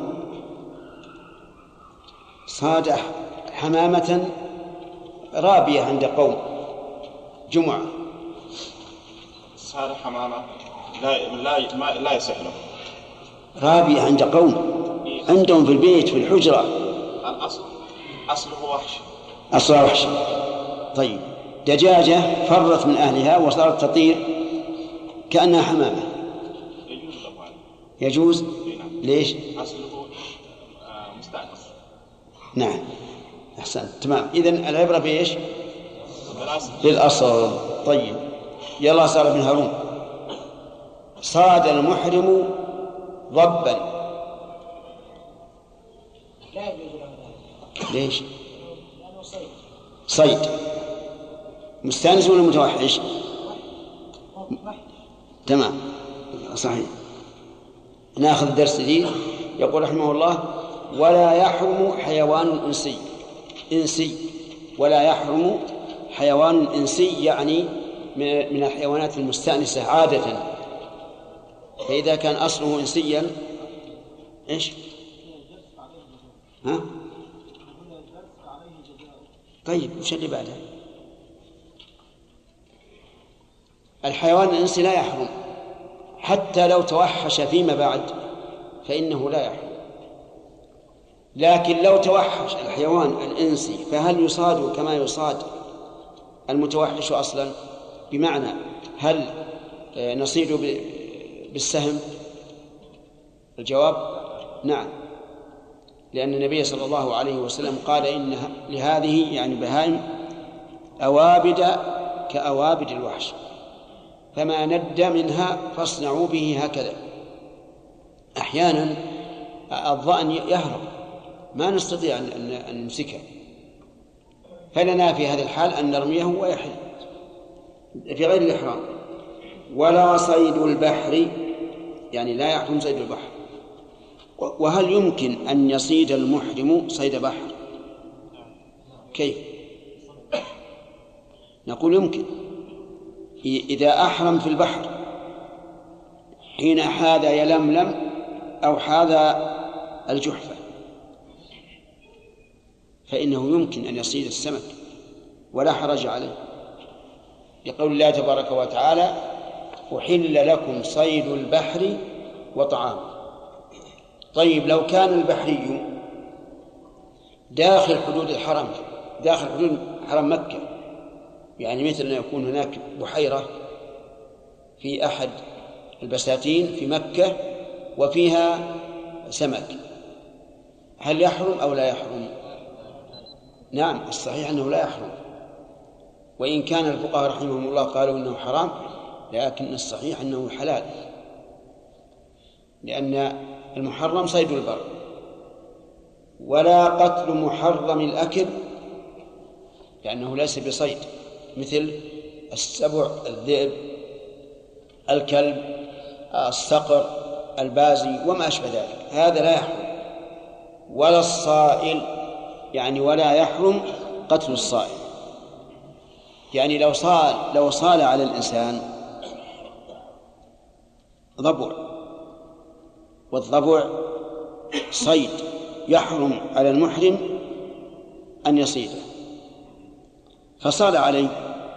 صاد حمامة رابية عند قوم جمعة، صاد حمامة لا لا ما لا يصح له. رابية عند قوم عندهم في البيت في الحجرة. الأصل أصله وحش. أصله وحش. طيب دجاجة فرت من أهلها وصارت تطير كأنها حمامة، يجوز طبعا. يجوز. ليش؟ أصله مستأنس. نعم أحسن تمام. إذن العبرة بإيش؟ بالأصل. بالأصل. طيب يلا صار ابن هارون. صاد المحرم ضبا. لا يجوز له ذلك. ليش؟ لأنه صيد. صيد مستانس ولا متوحش؟ تمام صحيح. ناخذ درس جديد. يقول رحمه الله: ولا يحرم حيوان إنسي. إنسي ولا يحرم حيوان إنسي يعني من الحيوانات المستأنسة عادة. فإذا كان أصله إنسيا إيش؟ ها؟ طيب وش اللي بعده؟ الحيوان الإنسي لا يحرم حتى لو توحش فيما بعد فإنه لا يحرم. لكن لو توحش الحيوان الإنسي فهل يصاد كما يصاد المتوحش أصلا؟ بمعنى هل نصيد بالسهم؟ الجواب نعم، لأن النبي صلى الله عليه وسلم قال إن لهذه يعني بهائم أوابد كأوابد الوحش، فما ند منها فاصنعوا به هكذا. أحيانا الظأن يهرب ما نستطيع أن نمسكه، فلنا في هذا الحال أن نرميه ويحل في غير الإحرام. ولا صيد البحر يعني لا يحرم صيد البحر. وهل يمكن أن يصيد المحرم صيد بحر؟ كيف؟ نقول يمكن إذا أحرم في البحر حين حاذ يلملم أو حاذ الجحفة فإنه يمكن أن يصيد السمك ولا حرج عليه، لقول الله تبارك وتعالى: أحل لكم صيد البحر وطعامه. طيب لو كان البحري داخل حدود الحرم، داخل حدود حرم مكة، يعني مثل أن يكون هناك بحيرة في أحد البساتين في مكة وفيها سمك، هل يحرم أو لا يحرم؟ نعم، الصحيح أنه لا يحرم، وإن كان الفقهاء رحمهم الله قالوا إنه حرام، لكن الصحيح أنه حلال، لأن المحرم صيد البر، ولا قتل محرم الأكل لأنه ليس بصيد، مثل السبع، الذئب، الكلب، الصقر، البازي وما أشبه ذلك، هذا لا يحرم. ولا الصائل، يعني ولا يحرم قتل الصائل، يعني لو صال لو صال على الإنسان ضبع، والضبع صيد يحرم على المحرم أن يصيده، فصال عليه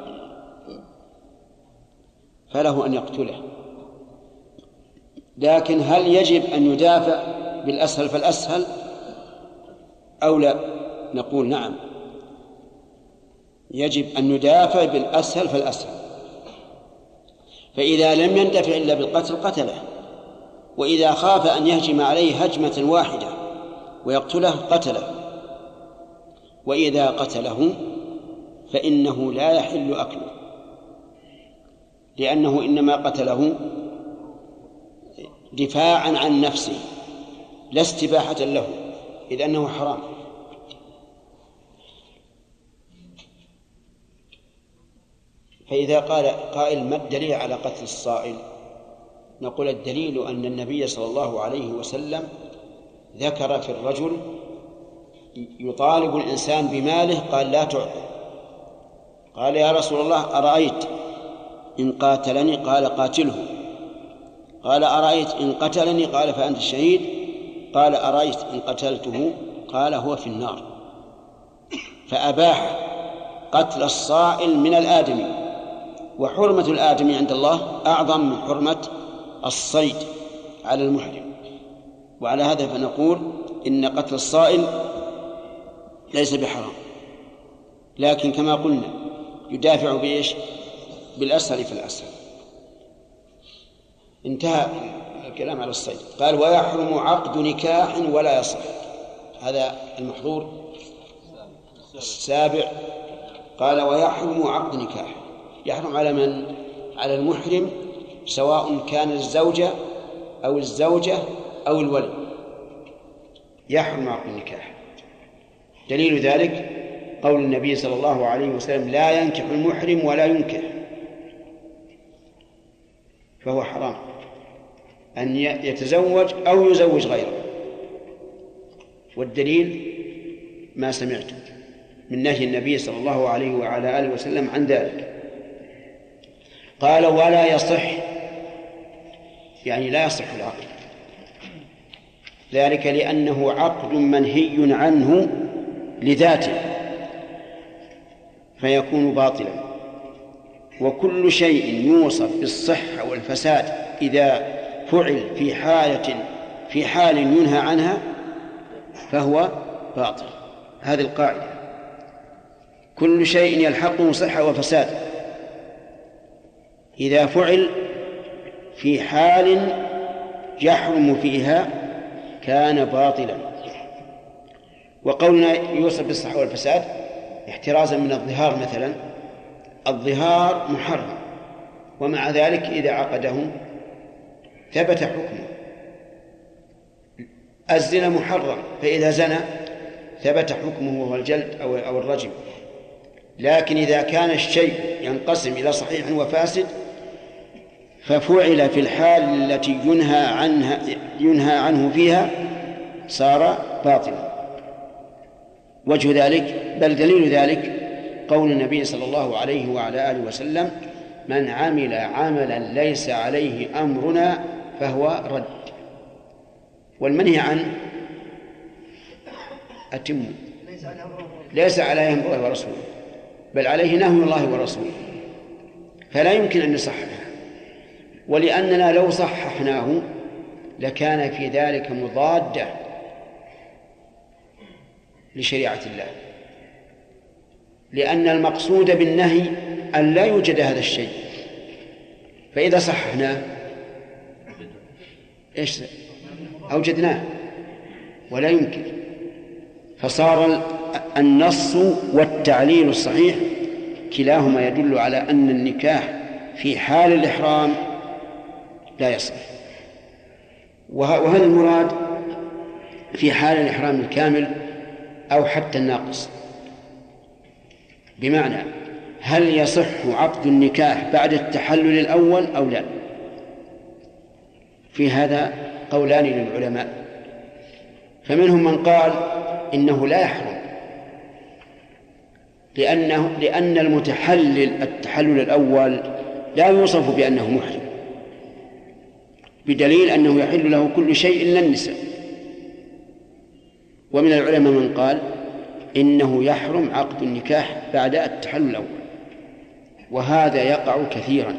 فله أن يقتله، لكن هل يجب أن يدافع بالأسهل فالأسهل أو لا؟ نقول نعم، يجب أن ندافع بالأسهل فالأسهل، فإذا لم يندفع إلا بالقتل قتله، وإذا خاف أن يهجم عليه هجمة واحدة ويقتله قتله، وإذا قتله فإنه لا يحل أكله، لأنه إنما قتله دفاعا عن نفسه لا استباحة له، إذ أنه حرام. فإذا قال قائل ما الدليل على قتل الصائل؟ نقول الدليل أن النبي صلى الله عليه وسلم ذكر في الرجل يطالب الإنسان بماله قال لا تعطي، قال يا رسول الله أرأيت إن قاتلني؟ قال قاتله. قال أرأيت إن قتلني؟ قال فأنت الشهيد. قال أرأيت إن قتلته؟ قال هو في النار. فأباح قتل الصائل من الآدمي، وحرمة الآدمي عند الله أعظم من حرمة الصيد على المحرم. وعلى هذا فنقول إن قتل الصائل ليس بحرام، لكن كما قلنا يدافع بإيش؟ بالأسهل فالأسهل. انتهى الكلام على الصيد. قال ويحرم عقد نكاح ولا يصح، هذا المحظور السابع. قال ويحرم عقد نكاح، يحرم على من؟ على المحرم، سواء كان الزوجة أو الزوجة أو الولي، يحرم عقد النكاح. دليل ذلك قول النبي صلى الله عليه وسلم لا ينكح المحرم ولا ينكح، فهو حرام أن يتزوج أو يزوج غيره. والدليل ما سمعت من نهي النبي صلى الله عليه وعلى آله وسلم عن ذلك. قال ولا يصح، يعني لا يصح العقد، ذلك لأنه عقد منهي عنه لذاته فيكون باطلا. وكل شيء يوصف بالصحة والفساد إذا فعل في حالة في حال ينهى عنها فهو باطل. هذه القاعدة، كل شيء يلحقه صحة وفساد إذا فعل في حال يحرم فيها كان باطلا. وقولنا يوصف بالصحة والفساد احترازا من الظهار مثلا، الظهار محرم، ومع ذلك إذا عقده ثبت حكمه. الزنا محرم، فإذا زنى ثبت حكمه وهو الجلد أو الرجم. لكن إذا كان الشيء ينقسم إلى صحيح وفاسد ففعل في الحال التي ينهى عنها ينهى عنه فيها صار باطلا. وجه ذلك بل دليل ذلك قول النبي صلى الله عليه وعلى آله وسلم من عمل عملا ليس عليه أمرنا فهو رد. والمنهي عنه أتم ليس عليه أمر الله ورسوله، بل عليه نهي الله ورسوله، فلا يمكن أن نصححه. ولأننا لو صححناه لكان في ذلك مضادة لشريعة الله، لأن المقصود بالنهي أن لا يوجد هذا الشيء، فإذا صححناه إيش أوجدناه، ولا يمكن. فصار النص والتعليل الصحيح كلاهما يدل على أن النكاح في حال الإحرام لا يصح. وهل المراد في حال الإحرام الكامل أو حتى الناقص؟ بمعنى هل يصح عقد النكاح بعد التحلل الأول أو لا؟ في هذا قولان للعلماء، فمنهم من قال إنه لا يحرم لأنه لأن المتحلل التحلل الأول لا يوصف بأنه محرم، بدليل أنه يحل له كل شيء إلا النساء. ومن العلماء من قال إنه يحرم عقد النكاح بعد التحلل الأول، وهذا يقع كثيرا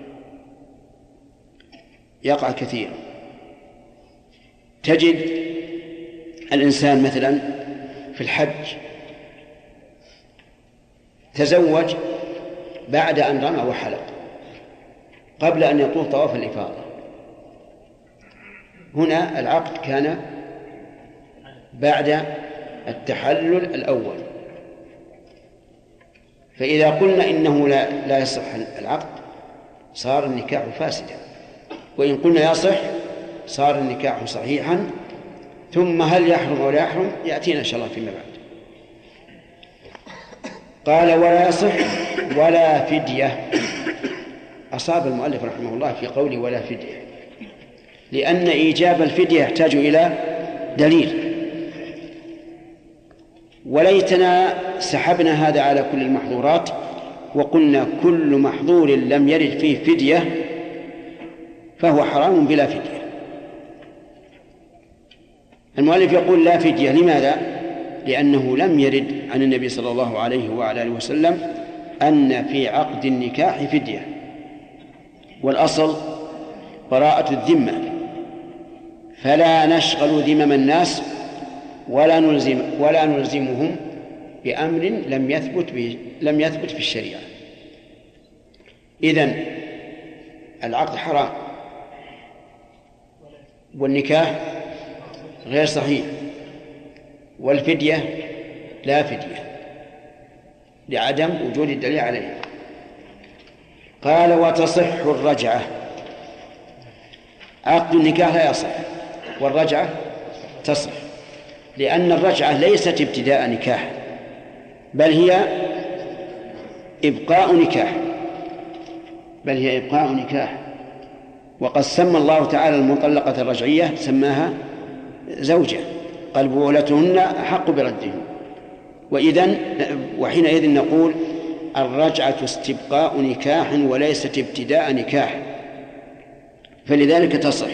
يقع كثيرا تجد الإنسان مثلا في الحج تزوج بعد أن رمى وحلق قبل أن يطوف طواف الإفاضة، هنا العقد كان بعد التحلل الأول، فإذا قلنا إنه لا, لا يصح العقد صار النكاح فاسدا، وإن قلنا يصح صار النكاح صحيحا. ثم هل يحرم أو لا يحرم يأتينا إن شاء الله فيما بعد. قال ولا يصح ولا فدية. أصاب المؤلف رحمه الله في قوله ولا فدية، لأن إيجاب الفدية يحتاج إلى دليل، وليتنا سحبنا هذا على كل المحظورات وقلنا كل محظور لم يرد فيه فدية فهو حرام بلا فدية. المؤلف يقول لا فدية، لماذا؟ لأنه لم يرد عن النبي صلى الله عليه وعلى آله وسلم أن في عقد النكاح فدية، والأصل براءة الذمة، فلا نشغل ذمم الناس ولا نلزم ولا نلزمهم بأمر لم يثبت به لم يثبت في الشريعة. إذن العقد حرام والنكاح غير صحيح، والفدية لا فدية لعدم وجود الدليل عليه. قال وتصح الرجعة. عقد النكاح لا يصح والرجعة تصح، لأن الرجعة ليست ابتداء نكاح بل هي إبقاء نكاح بل هي إبقاء نكاح وقد سمى الله تعالى المطلقة الرجعية سماها زوجة، قال بولتهن أحق بردهن. وإذن وحينئذ نقول الرجعة استبقاء نكاح وليست ابتداء نكاح، فلذلك تصح.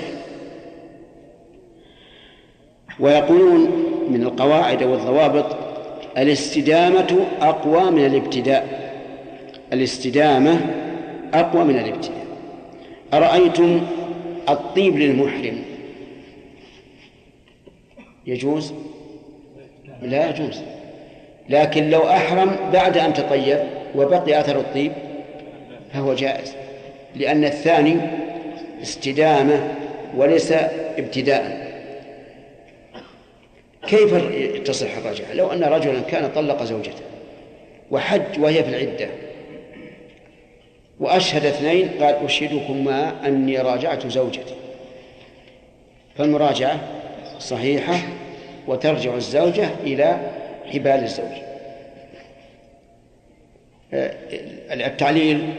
ويقولون من القواعد والضوابط الاستدامة أقوى من الابتداء، الاستدامة أقوى من الابتداء. أرأيتم الطيب للمحرم يجوز؟ لا يجوز، لكن لو أحرم بعد أن تطيب وبقي أثر الطيب فهو جائز، لأن الثاني استدامة وليس ابتداء. كيف تصح الرجعة؟ لو أن رجلا كان طلق زوجته وحج وهي في العدة وأشهد اثنين قال أشهدكما أني راجعت زوجتي، فالمراجعة صحيحة وترجع الزوجة إلى حبال الزوج. التعليل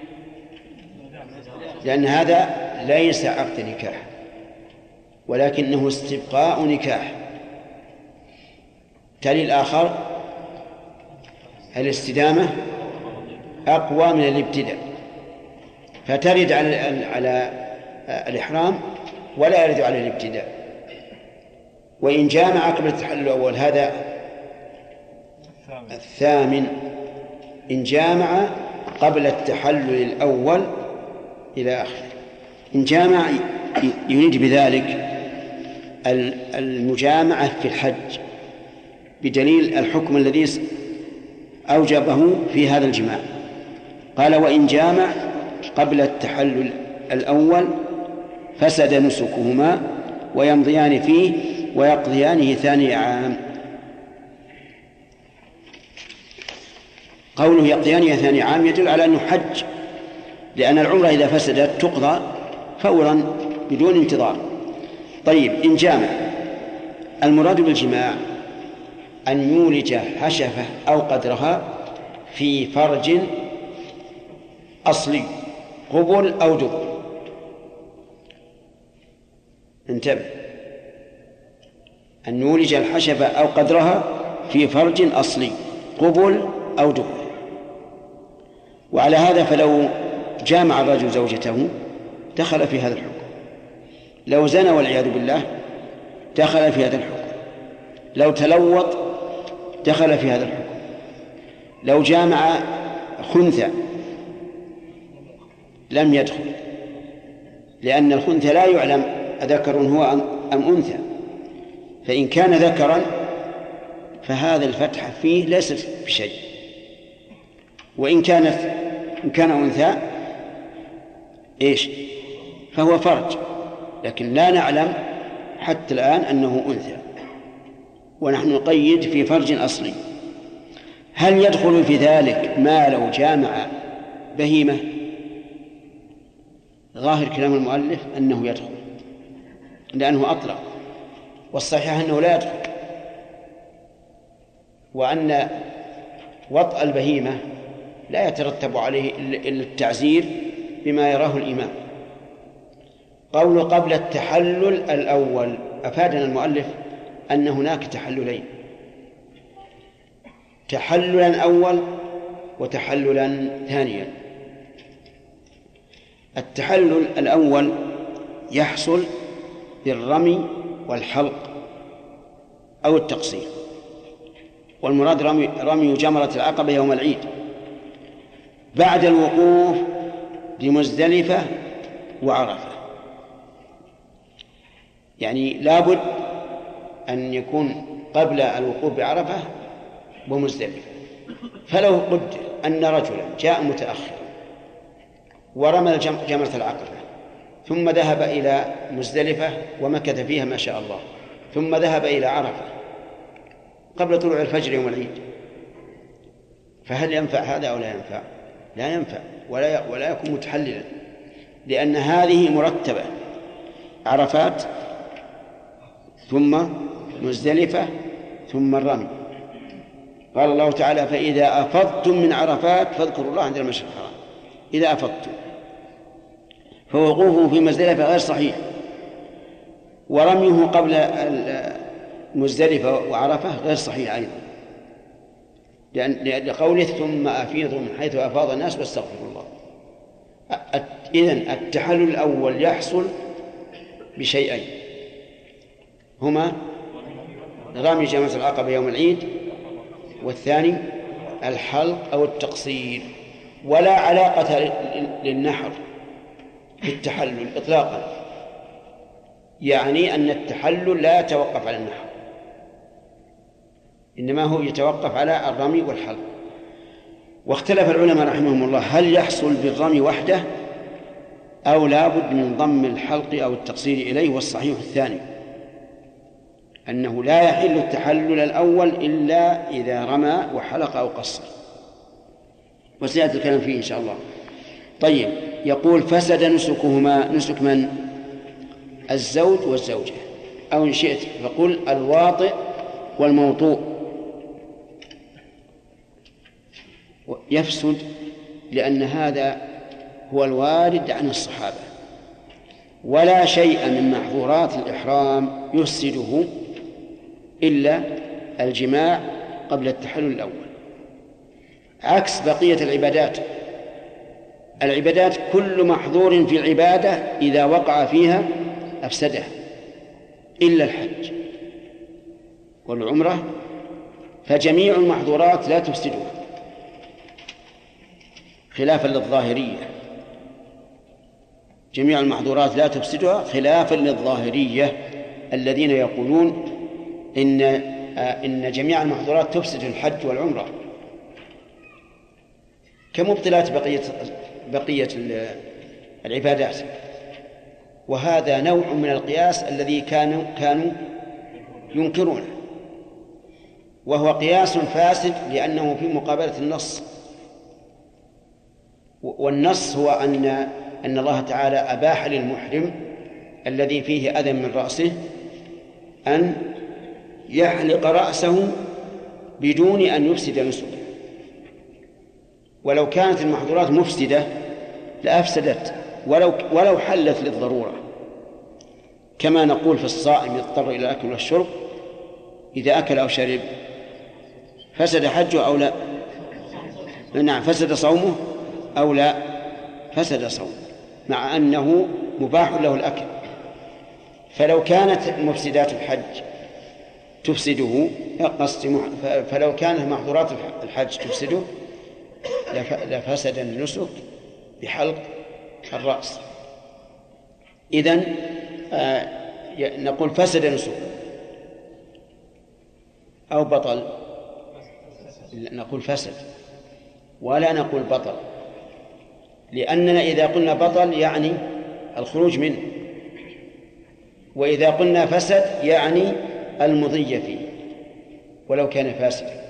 لأن هذا ليس عقد نكاح ولكنه استبقاء نكاح. تعليل آخر الاستدامة أقوى من الابتداء، فترد على على الإحرام ولا يرد على الابتداء. وإن جامع قبل التحلل الأول هذا الثامن، إن جامع قبل التحلل الأول إلى آخره. إن جامع يريد بذلك المجامعة في الحج بدليل الحكم الذي أوجبه في هذا الجماع. قال وإن جامع قبل التحلل الأول فسد نسكهما ويمضيان فيه ويقضيانه ثاني عام. قوله يقضيان ثاني عام يدل على أنه حج، لأن العمرة إذا فسدت تقضى فورا بدون انتظار. طيب إن جامع، المراد بالجماع أن يولج حشفة أو قدرها في فرج أصلي قبل أو دبر. انتبه، أن يولج الحشفة أو قدرها في فرج أصلي قبل أو دبر. وعلى هذا فلو جامع الرجل زوجته دخل في هذا الحكم، لو زنى والعياذ بالله دخل في هذا الحكم، لو تلوط دخل في هذا الحكم، لو جامع خنثى لم يدخل، لأن الخنثى لا يعلم أذكر هو أم أنثى، فإن كان ذكرا فهذا الفتح فيه ليس بشيء، وإن كانت إن كان أنثى إيش فهو فرج، لكن لا نعلم حتى الآن أنه أنثى، ونحن نقيد في فرج أصلي. هل يدخل في ذلك ما لو جامع بهيمة؟ ظاهر كلام المؤلف أنه يدخل لأنه أطلق، والصحيح أنه لا يدخل، وأن وطأ البهيمة لا يترتب عليه إلا التعزير بما يراه الإمام. قول قبل التحلل الأول، أفادنا المؤلف أن هناك تحللين، تحللا أول وتحللا ثانيا. التحلل الأول يحصل بالرمي والحلق أو التقصير، والمراد رمي, رمي جمرة العقبة يوم العيد بعد الوقوف بمزدلفة وعرفة، يعني لابد أن يكون قبل الوقوف بعرفة ومزدلفة. فلو قدر أن رجلا جاء متأخر ورمى جمرة العقبة ثم ذهب إلى مزدلفة ومكث فيها ما شاء الله، ثم ذهب إلى عرفة قبل طلوع الفجر يوم العيد، فهل ينفع هذا أو لا ينفع؟ لا ينفع، ولا ولا يكون متحللا، لأن هذه مرتبة: عرفات ثم مزدلفة ثم الرمي. قال الله تعالى: فإذا أفضتم من عرفات فاذكروا الله عند المشعر الحرام. إذا أفضتم، فوقوفه في مزدلفة غير صحيح، ورميه قبل مزدلفة وعرفة غير صحيح أيضا، لأن لقوله: ثم أفيضوا من حيث أفاض الناس واستغفروا الله. إذن التحلل الأول يحصل بشيئين، هما رمي جمرة العقبة يوم العيد، والثاني الحلق أو التقصير، ولا علاقة للنحر في التحلل إطلاقا، يعني أن التحلل لا يتوقف على النحر، إنما هو يتوقف على الرمي والحلق. واختلف العلماء رحمهم الله هل يحصل بالرمي وحده أو لابد من ضم الحلق أو التقصير إليه، والصحيح الثاني، أنه لا يحل التحلل الأول إلا إذا رمى وحلق أو قصر، وسيأتي الكلام فيه إن شاء الله. طيب، يقول: فسد نسكهما. نسك من؟ الزوج والزوجة، أو إن شئت فقل الواطئ والموطوء. يفسد لأن هذا هو الوارد عن الصحابة، ولا شيء من محظورات الإحرام يفسده إلا الجماع قبل التحلل الأول، عكس بقية العبادات. العبادات كل محظور في العبادة إذا وقع فيها أفسدها، إلا الحج والعمرة، فجميع المحظورات لا تفسدها، خلافا للظاهرية. جميع المحظورات لا تفسدها خلافا للظاهرية الذين يقولون إن إن جميع المحظورات تفسد الحج والعمرة كمبطلات بقية بقية العبادات. وهذا نوع من القياس الذي كانوا كانوا ينكرونه، وهو قياس فاسد لأنه في مقابلة النص والنص هو أن أن الله تعالى أباح للمحرم الذي فيه أذى من رأسه أن يحلق رأسه بدون أن يفسد نسكه، ولو كانت المحظورات مفسدة لأفسدت ولو ولو حلت للضرورة، كما نقول في الصائم يضطر إلى الأكل والشرب إذا أكل أو شرب فسد حجه أو لا؟ نعم، فسد صومه أو لا؟ فسد صومه، مع أنه مباح له الأكل. فلو كانت مفسدات الحج تفسده فلو كانت محظورات الحج تفسده لفسد النسك بحلق الرأس. إذن آه نقول فسد نسك أو بطل، نقول فسد ولا نقول بطل، لأننا إذا قلنا بطل يعني الخروج منه، وإذا قلنا فسد يعني المضي فيه ولو كان فاسدا.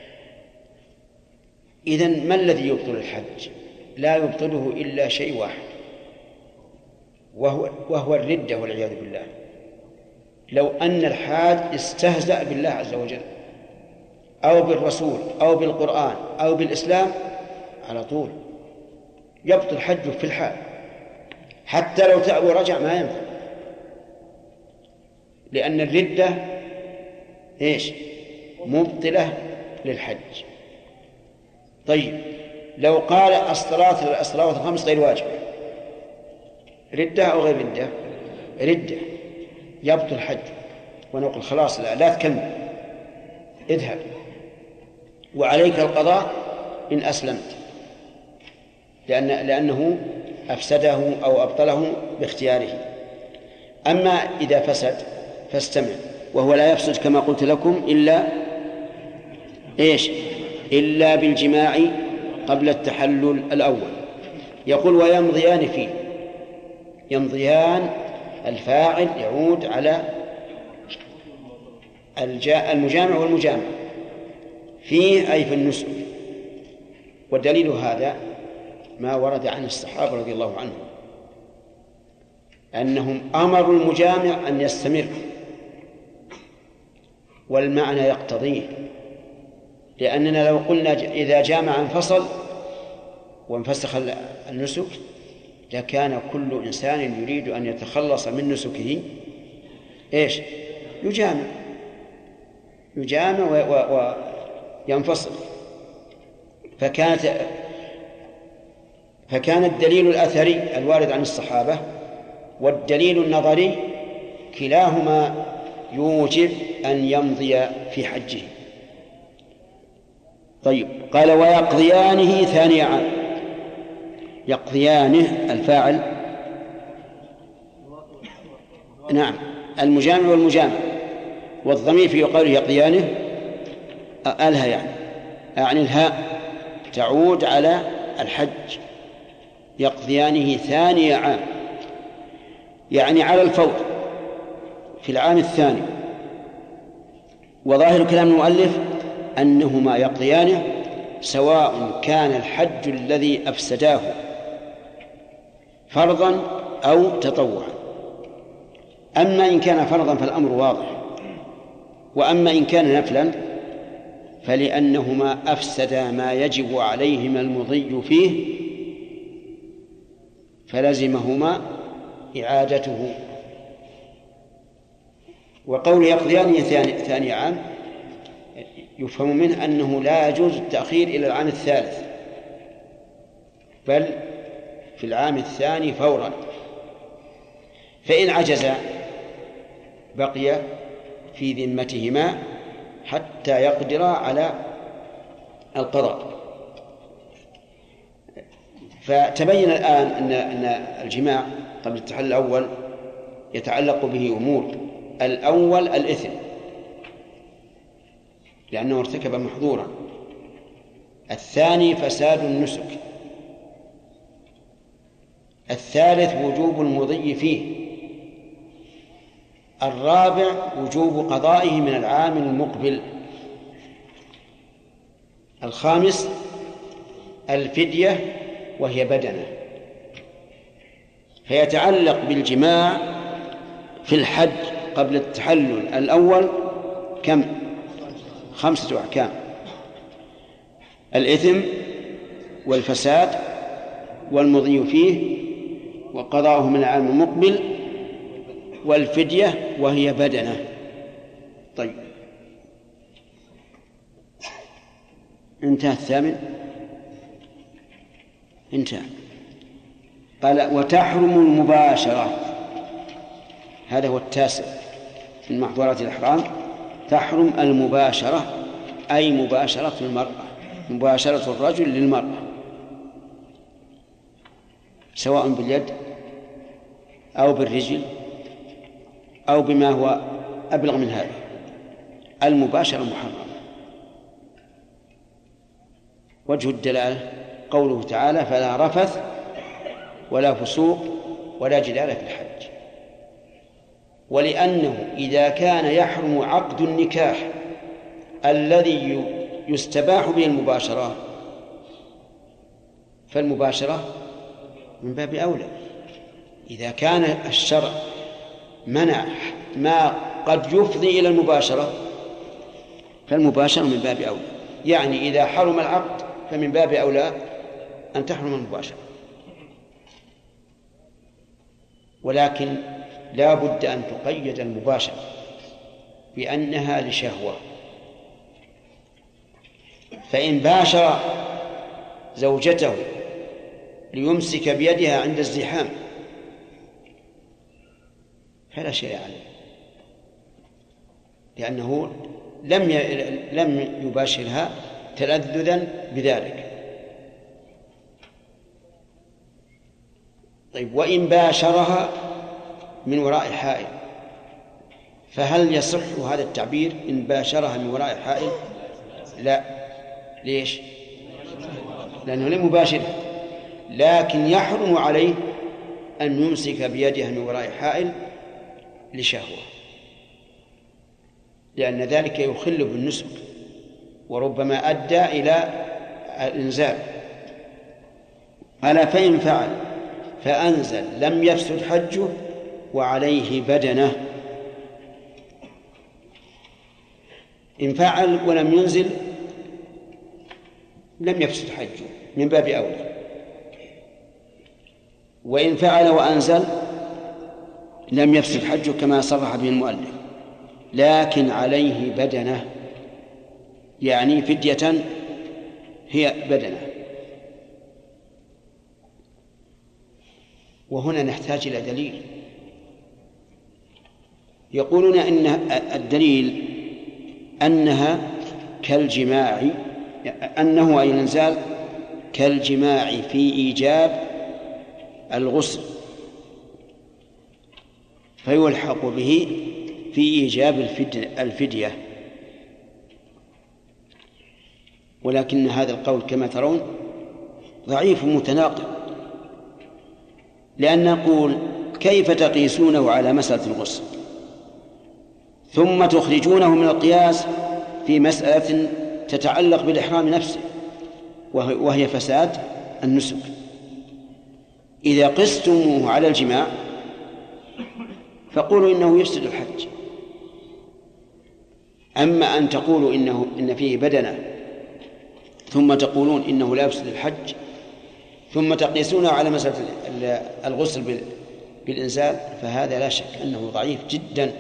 إذن ما الذي يبطل الحج؟ لا يبطله إلا شيء واحد، وهو, وهو الردة والعياذ بالله. لو أن الحاج استهزأ بالله عز وجل أو بالرسول أو بالقرآن أو بالإسلام على طول يبطل حجه في الحال، حتى لو تاب ورجع ما ينفع، لأن الردة إيش؟ مبطلة للحج. طيب لو قال الصلاة الصلوات الخمس غير واجبة، ردة أو غير ردة؟ ردة، يبطل حج، ونقول خلاص لا, لا تكمل، اذهب وعليك القضاء إن أسلمت، لأن لأنه أفسده أو أبطله باختياره. أما إذا فسد فاستمع، وهو لا يفسد كما قلت لكم إلا إيش؟ إلا بالجماع قبل التحلل الأول. يقول ويمضيان فيه، يمضيان الفاعل يعود على المجامع والمجامع فيه أي في النسك، والدليل هذا ما ورد عن الصحابة رضي الله عنهم أنهم أمروا المجامع أن يستمر، والمعنى يقتضيه، لأننا لو قلنا إذا جامع انفصل وانفسخ النسك لكان كل إنسان يريد أن يتخلص من نسكه إيش؟ يجامع يجامع وينفصل. فكانت فكان الدليل الأثري الوارد عن الصحابة والدليل النظري كلاهما يوجب أن يمضي في حجه. طيب قال ويقضيانه ثاني عام، يقضيانه الفاعل نعم المجامع والمجامع، والضمير في قوله يقضيانه ألها يعني أعني الهاء تعود على الحج، يقضيانه ثاني عام يعني على الفور في العام الثاني. وظاهر كلام المؤلف أنهما يقضيانه سواء كان الحج الذي أفسداه فرضا أو تطوعا. أما إن كان فرضا فالأمر واضح، وأما إن كان نفلا فلأنهما أفسدا ما يجب عليهما المضي فيه فلزمهما إعادته. وقول يقضيان ثاني, ثاني عام يفهم منه أنه لا يجوز التأخير إلى العام الثالث، بل في العام الثاني فورا، فإن عجز بقي في ذمتهما حتى يقدر على القضاء. فتبين الآن أن أن الجماع قبل التحلل الأول يتعلق به أمور. الأول الإثم لأنه ارتكب محظورا، الثاني فساد النسك، الثالث وجوب المضي فيه، الرابع وجوب قضائه من العام المقبل، الخامس الفدية وهي بدنة، فيتعلق بالجماع في الحج قبل التحلل الأول كم؟ خمسة أحكام: الإثم والفساد والمضي فيه وقضاؤه من العام المقبل والفدية وهي بدنة. طيب، انتهى الثامن، انتهى. قال: وتحرم المباشرة، هذا هو التاسع من محظورات الإحرام. تحرم المباشرة أي مباشرة المرأة، مباشرة الرجل للمرأة، سواء باليد أو بالرجل أو بما هو أبلغ من هذا. المباشرة محرمة. وجه الدلالة قوله تعالى: فلا رفث ولا فسوق ولا جدال في الحج. ولأنه إذا كان يحرم عقد النكاح الذي يستباح به المباشرة فالمباشرة من باب أولى. إذا كان الشرع منع ما قد يفضي إلى المباشرة فالمباشرة من باب أولى. يعني إذا حرم العقد فمن باب أولى أن تحرم المباشرة. ولكن لا بد أن تقيد المباشرة بأنها لشهوة. فإن باشر زوجته ليمسك بيدها عند الزحام فلا شيء عليه، لأنه لم لم يباشرها تلذذا بذلك. طيب، وإن باشرها من وراء حائل فهل يصح هذا التعبير إن باشرها من وراء حائل؟ لا. ليش؟ لأنه لم يباشرها، لكن يحرم عليه أن يمسك بيدها من وراء حائل لشهوة، لأن ذلك يخل بالنسك وربما أدى إلى الإنزال. قال: فإن فعل فأنزل لم يفسد حجه وعليه بدنه. إن فعل ولم ينزل لم يفسد حجه من باب أولى، وإن فعل وأنزل لم يفسد حجه كما صرح به المؤلف، لكن عليه بدنه، يعني فدية هي بدنه. وهنا نحتاج إلى دليل. يقولون إن الدليل أنها كالجماع، أنه أي الإنزال كالجماع في إيجاب الغسل فيلحق به في إيجاب الفدية. ولكن هذا القول كما ترون ضعيف متناقض، لأن نقول: كيف تقيسونه على مسألة الغسل ثم تخرجونه من القياس في مسألة تتعلق بالإحرام نفسه وهي فساد النسك؟ إذا قستموه على الجماع فقولوا إنه يفسد الحج. أما أن تقولوا إنه إن فيه بدنة ثم تقولون إنه لا يفسد الحج ثم تقيسونه على مسألة الغسل بالإنزال فهذا لا شك أنه ضعيف جدا.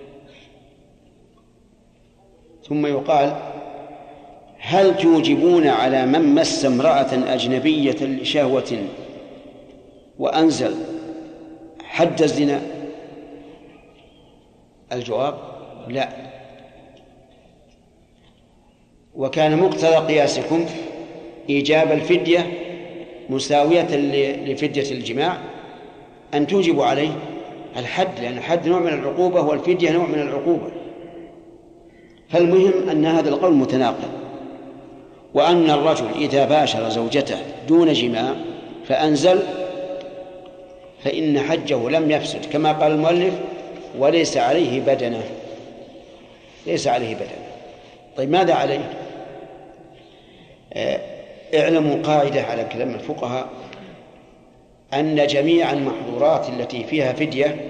ثم يقال: هل توجبون على من مس امرأة أجنبية لشهوة وأنزل حد الزنا؟ الجواب: لا. وكان مقتضى قياسكم إيجاب الفدية مساوية لفدية الجماع أن توجب عليه الحد، لأن الحد نوع من العقوبة والفدية نوع من العقوبة. فالمهم أن هذا القول متناقض، وأن الرجل إذا باشر زوجته دون جماع فأنزل فإن حجه لم يفسد كما قال المؤلف: وليس عليه بدنة. ليس عليه بدنة. طيب، ماذا عليه؟ آه اعلموا قاعدة على كلام الفقهاء أن جميع المحظورات التي فيها فدية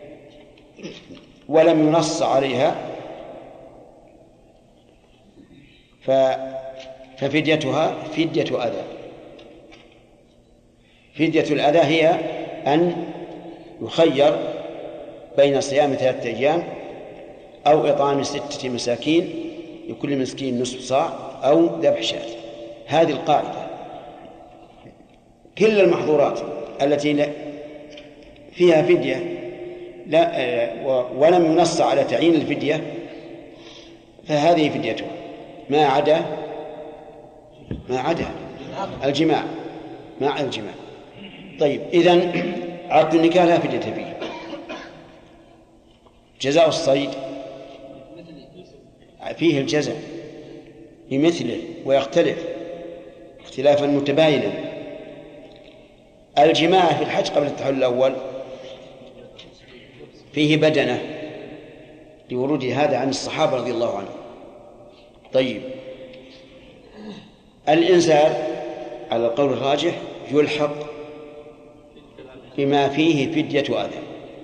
ولم ينص عليها ففديتها فدية أذى. فدية الأذى هي أن يخير بين صيام ثلاثة أيام أو إطعام ستة مساكين لكل مسكين نصف صاع أو ذبح شاة. هذه القاعدة. كل المحظورات التي فيها فدية لا ولم ينص على تعيين الفدية فهذه فديتها، ما عدا ما عدا الجماع مع الجماع. طيب إذن عقد النكاح لا فدية فيه. جزاء الصيد فيه الجزاء بمثله ويختلف اختلافا متباينا. الجماع في الحج قبل التحلل الأول فيه بدنة لورود هذا عن الصحابة رضي الله عنهم. طيب الإنزال على القول الراجح يلحق بما فيه فدية أذى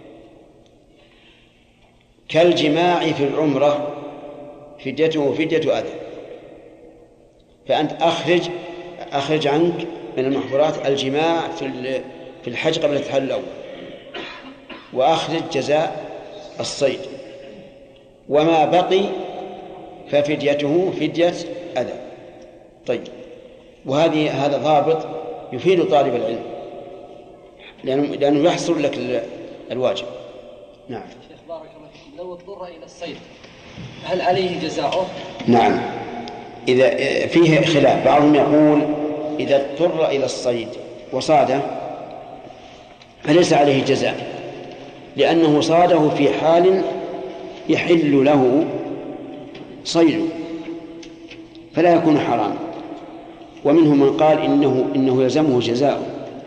كالجماع في العمرة فديته فدية أذى. فأنت أخرج أخرج عنك من المحظورات الجماع في في الحج قبل التحلل الأول، وأخرج جزاء الصيد، وما بقي ففديته فدية أذى. طيب وهذه هذا ضابط يفيد طالب العلم لأنه, لأنه يحصل لك الواجب. نعم. شيخ بارك الله فيكم، لو اضطر إلى الصيد هل عليه جزاؤه؟ نعم. إذا فيه خلاف، بعضهم يقول إذا اضطر إلى الصيد وصاده فليس عليه جزاء لأنه صاده في حال يحل له صيده فلا يكون حراما. ومنهم من قال إنه, إنه يلزمه جزاء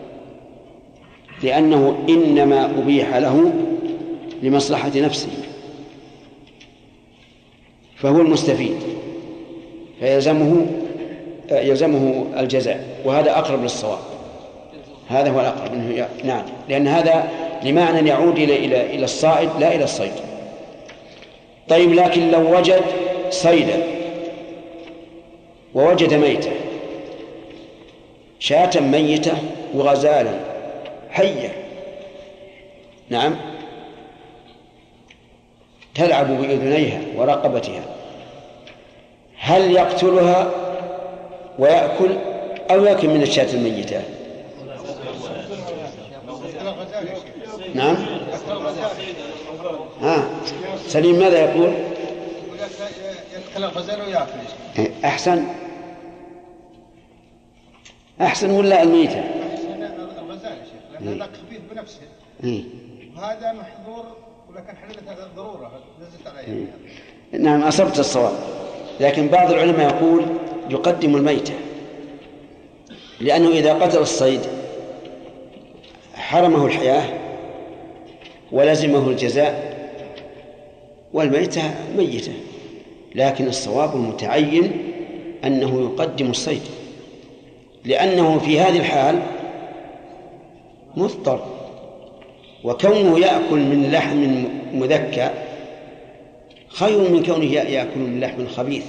لأنه إنما أبيح له لمصلحة نفسه فهو المستفيد فيلزمه يلزمه الجزاء، وهذا أقرب للصواب. هذا هو الأقرب منه. نعم، لأن هذا لمعنى يعود إلى إلى إلى الصائد لا إلى الصيد. طيب لكن لو وجد صيدا ووجد ميتة، شاة ميتة وغزالا حية، نعم، تلعب بأذنيها ورقبتها، هل يقتلها ويأكل أو يأكل من الشاة الميتة؟ نعم. ها سليم ماذا يقول؟ يدخل الغزال ويأكل. أحسن أحسن ولا الميتة؟ الغزال يا شيخ، لأن هذا خفيف بنفسه وهذا محظور، ولكن حللت هذا الضرورة نزلت عليه. نعم أصبت الصواب، لكن بعض العلماء يقول يقدم الميتة لأنه إذا قتل الصيد حرمه الحياة ولزمه الجزاء والميتة ميتة، لكن الصواب المتعين أنه يقدم الصيد لأنه في هذه الحال مضطر، وكونه يأكل من لحم مذكى خير من كونه يأكل من لحم خبيث.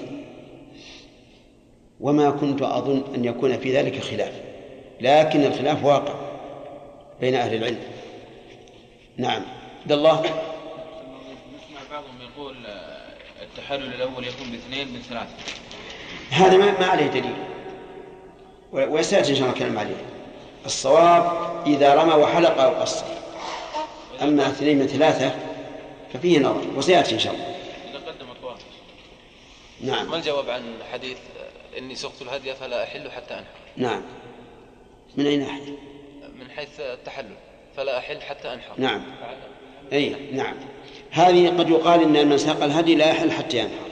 وما كنت أظن أن يكون في ذلك خلاف، لكن الخلاف واقع بين أهل العلم. نعم. عبد الله. نسمع بعضهم يقول التحلل الأول يكون باثنين من ثلاثة. هذا ما عليه دليل ويسأل إن شاء الله كلام عليه. الصواب إذا رمى وحلق أو قصر، أما اثنين من ثلاثة ففيه نظر وسيأتي إن شاء الله. إذا قدمت واحد. نعم. ما الجواب عن حديث إني سقت الهدي فلا أحل حتى أنحر؟ نعم. من أي ناحية؟ من حيث التحلل فلا أحل حتى أنحر. نعم. أي نعم. هذه قد يقال إن من ساق الهدي لا يحل حتى ينحر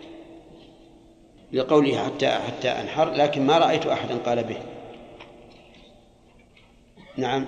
لقوله حتى حتى أنحر، لكن ما رأيت أحدا قال به. نعم.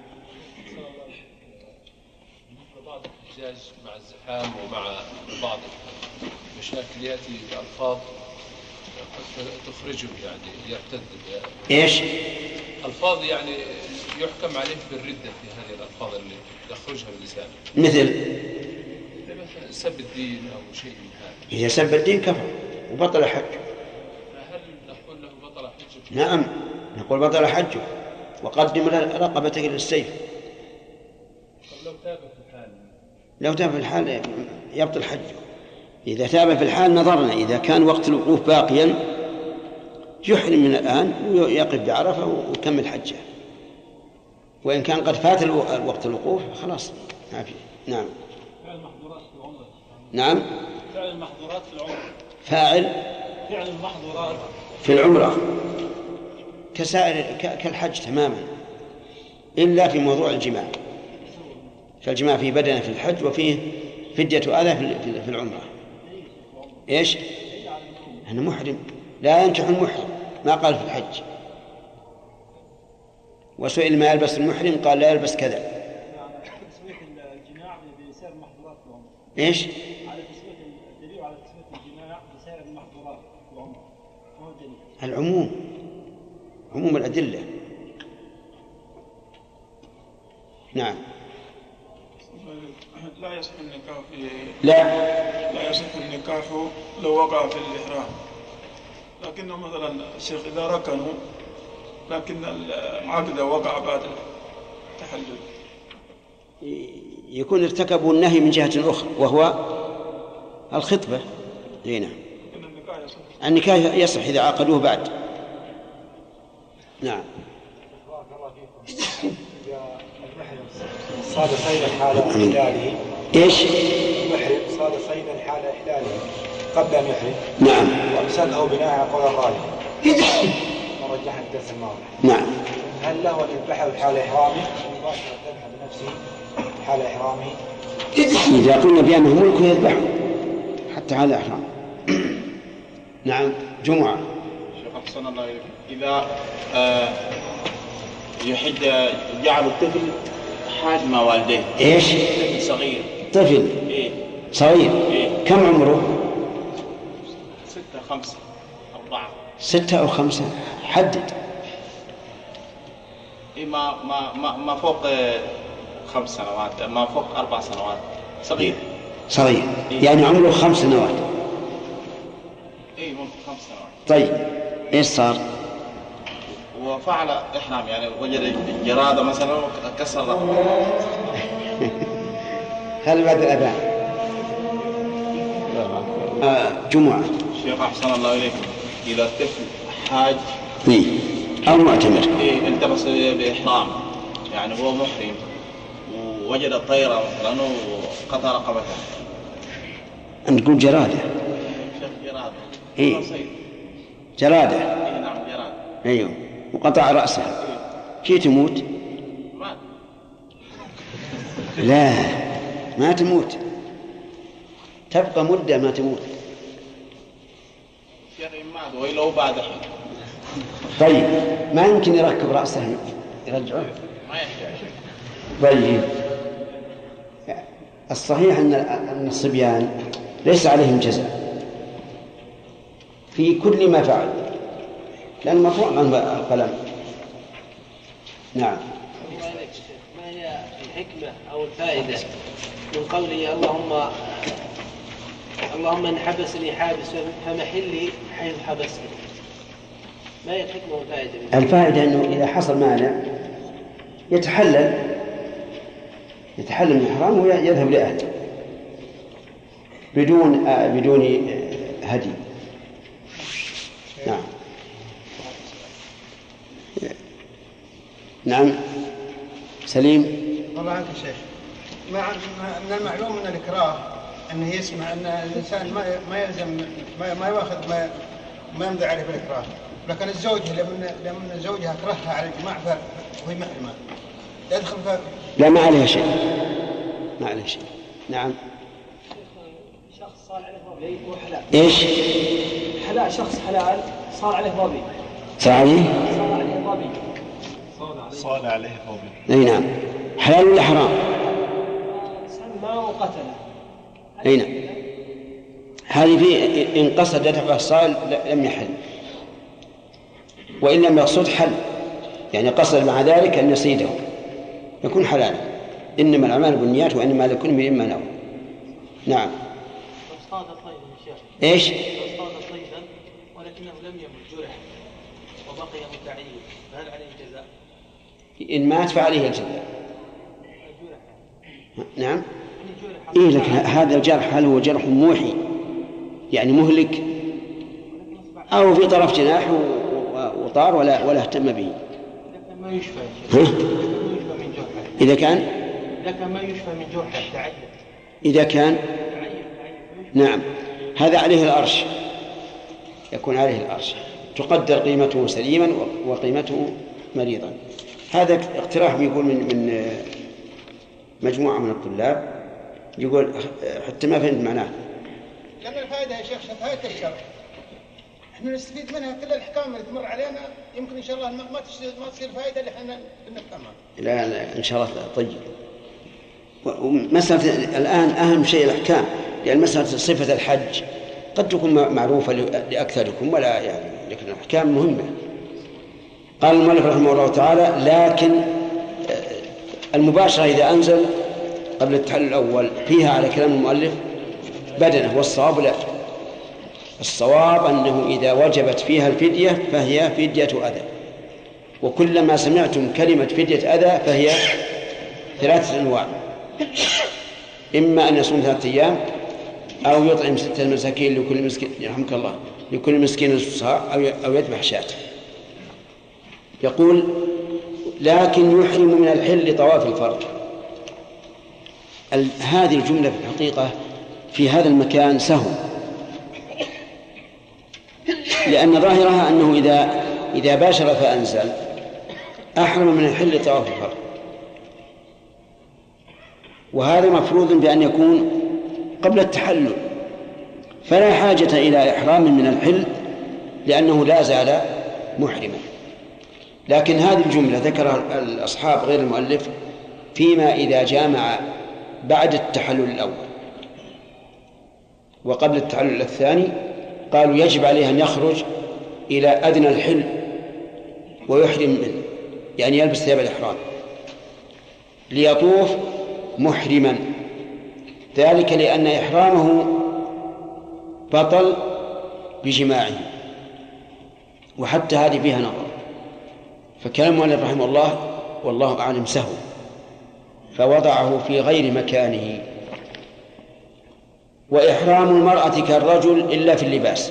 الاحتجاج مع الزحام ومع بعض المشاكل يأتي بألفاظ تخرجه يعني يرتد إيش؟ ألفاظ يعني يحكم عليه بالردة في هذه الألفاظ اللي يخرجها اللسان، مثل مثل سب الدين أو شيء من هذا. إذا سب الدين كفر وبطل حجه. فهل نقول له بطل حجه؟ نعم نقول بطل حجه وقدم رقبتك للسيف. طب لو تاب في الحال؟ لو تاب في الحال يبطل حجه. إذا تاب في الحال نظرنا، إذا كان وقت الوقوف باقيا يحرم من الآن ويقف بعرفة ويكمل حجه، وإن كان قد فات الوقت الوقوف خلاص ما في. نعم. فعل المحظورات في العمرة. نعم. فعل المحظورات في العمرة. فاعل فعل المحظورات في العمرة كسائر كالحج تماما، إلا في موضوع الجماع. فالجماع فيه بدنة في الحج وفيه فدية آذى في العمرة. إيش؟ أنا محرم، لا ينكح المحرم، ما قال في الحج. وسئل ما يلبس المحرم قال لا يلبس كذا. تسمية الجماع بسائر المحظورات في العمرة. إيش؟ على تسمية الدليل على تسمية الجماع بسائر المحظورات في العمرة. ما هو الدليل؟ العموم، عموم الأدلة. نعم. لا يصح النكاح في لا لا يصح النكاح لو وقع في الإحرام، لكنه مثلا الشيخ إذا ركنوا لكن العقد وقع بعد التحلل يكون ارتكبوا النهي من جهة أخرى وهو الخطبة. هنا النكاح يصح إذا عقدوه بعد. نعم. صاد صيدا حال إحلاله. إيش؟ المحرم صاد صيدا حال إحلاله قبل أن يحرم. نعم. وأمسكه بناء على قول الراجح ورجح الدرس الماضي. نعم. هل له أن يذبحه حال إحرامه ويباشر الذبح بنفسه حال إحرامه؟ إذا قلنا بأنه ملك يذبحه حتى حال إحرام. نعم. جمعة. شيخ أحسن الله إليك، إذا آه يحج جعل الطفل حاج مع والديه. إيش؟ طفل صغير. طفل. إيه؟ صغير. إيه؟ كم عمره؟ ستة خمسة أربعة. ستة أو خمسة، حدد. إيه ما ما ما ما فوق خمس سنوات، ما فوق أربع سنوات، صغير. صغير. إيه؟ يعني عمره خمس سنوات. إيه ممكن خمس سنوات. طيب إيش صار؟ وفعل إحرام يعني وجد جرادة مثلا كسر. هل بعد الأذان؟ آه جمعة. شيخ أحسن الله إليكم، إذا الطفل حاج إيه أو معتمر إيه التبس بإحرام يعني هو محرم ووجد الطيرة مثلا وقطع رقبته، نقول جرادة. شيخ جرادة. إيه جرادة. إيه نعم جرادة. أيوه وقطع رأسها. كي تموت؟ مات. لا ما تموت، تبقى مدة ما تموت. شيخ مات وإلا بعد حين. طيب ما يمكن يركب رأسه يرجعه؟ ما يحتاج. طيب الصحيح أن أن الصبيان ليس عليهم جزاء في كل ما فعل لأن مرفوع عن القلم. نعم. ما هي الحكمة أو الفائدة من قوله اللهم اللهم إن حبسني حابس فمحلي حيث حبسني؟ ما هي الحكمة والفائدة؟ الفائدة أنه إذا حصل مانع يتحلل يتحلل من الحرام ويذهب لأهله بدون آه بدون آه هدي. نعم. نعم سليم. والله عنك شيخ، مع أن المعلوم من الإكراه أنه يسمع أن الإنسان ما ما يلزم ما ما يأخذ ما ما يمضي عليه بالإكراه، لكن الزوج لمن لمن زوجها أكرهها على الجماع وهي محرمة يدخل ف... لا ما عليها شيء ما عليها شيء. نعم. شخص صار عليه ضبي وحلال. إيش؟ حلال شخص حلال صار عليه ضبي. صار عليه؟ صار عليه ضبي. صار عليه ضبي. أي نعم. حلال ولا حرام؟ سمى وقتله. أي نعم. هذه في إن قصد دفع الصائل لم يحل، وإن لم يقصد حل، يعني قصد مع ذلك أن يصيده يكون حلالا. إنما الأعمال بالنيات وإنما لكل امرئ ما نوى. نعم. اصطاد صيدا يا شيخ. إيش؟ اصطاد صيدا ولكنه لم يمت، جرح وبقي متعين، فهل عليه جزاء؟ إن مات فعليه الجزاء. نعم. إيه لك هذا الجرح هل هو جرح موحي يعني مهلك، أو في طرف جناح وطار ولا ولا اهتم به؟ ما يشفى من جرحه. إذا كان إذا كان ما يشفى من جرحه تعين. إذا كان نعم هذا عليه الأرش، يكون عليه الأرش، تقدر قيمته سليما وقيمته مريضا. هذا اقتراح يقول من من مجموعة من الطلاب، يقول حتى ما فهمت معناه. لأن الفائدة يا شيخ فائدة الشرع احنا نستفيد منها، كل الأحكام اللي تمر علينا يمكن إن شاء الله ما تصير ما تصير فائدة اللي احنا بنفهمها. لا لا إن شاء الله طيب. ومسألة الآن أهم شيء الأحكام، لأن مسألة صفة الحج قد تكون معروفة لأكثركم ولا يعني، لكن الأحكام مهمة. قال المؤلف رحمه الله تعالى: لكن المباشرة إذا أنزل قبل التحلل الأول فيها على كلام المؤلف بدنه، والصواب لا. الصواب أنه إذا وجبت فيها الفدية فهي فدية أذى، وكلما سمعتم كلمة فدية أذى فهي ثلاثة أنواع: إما أن يصوم ثلاثة أيام، أو يطعم ستة مساكين لكل مسكين يرحمك الله لكل مسكين نصف صاع، أو يذبح شاة. يقول: لكن يحرم من الحل لطواف الفرض. هذه الجملة في الحقيقة في هذا المكان سهو، لأن ظاهرها أنه إذا إذا باشر فأنزل أحرم من الحل لطواف الفرض، وهذا مفروض بأن يكون قبل التحلل، فلا حاجة إلى إحرام من الحل لأنه لا زال محرما. لكن هذه الجملة ذكرها الأصحاب غير المؤلف فيما إذا جامع بعد التحلل الأول وقبل التحلل الثاني، قالوا يجب عليه أن يخرج إلى أدنى الحل ويحرم منه، يعني يلبس ثياب الإحرام ليطوف محرما، ذلك لأن إحرامه بطل بجماعه، وحتى هذه فيها نظر. فكلام المؤلف رحمه الله والله أعلم سهو، فوضعه في غير مكانه. وإحرام المرأة كالرجل إلا في اللباس،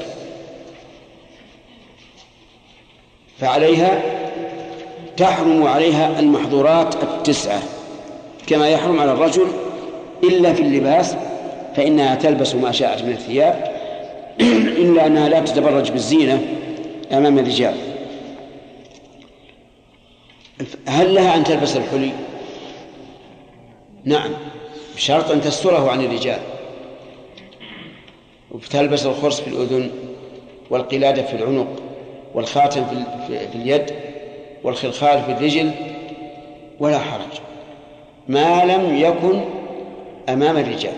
فعليها تحرم عليها المحظورات التسعة كما يحرم على الرجل، إلا في اللباس فإنها تلبس ما شاءت من الثياب، إلا أنها لا تتبرج بالزينة أمام الرجال. هل لها أن تلبس الحلي؟ نعم، بشرط أن تستره عن الرجال، وتلبس الخرص في الأذن والقلادة في العنق والخاتم في اليد والخلخال في الرجل، ولا حرج ما لم يكن أمام الرجال.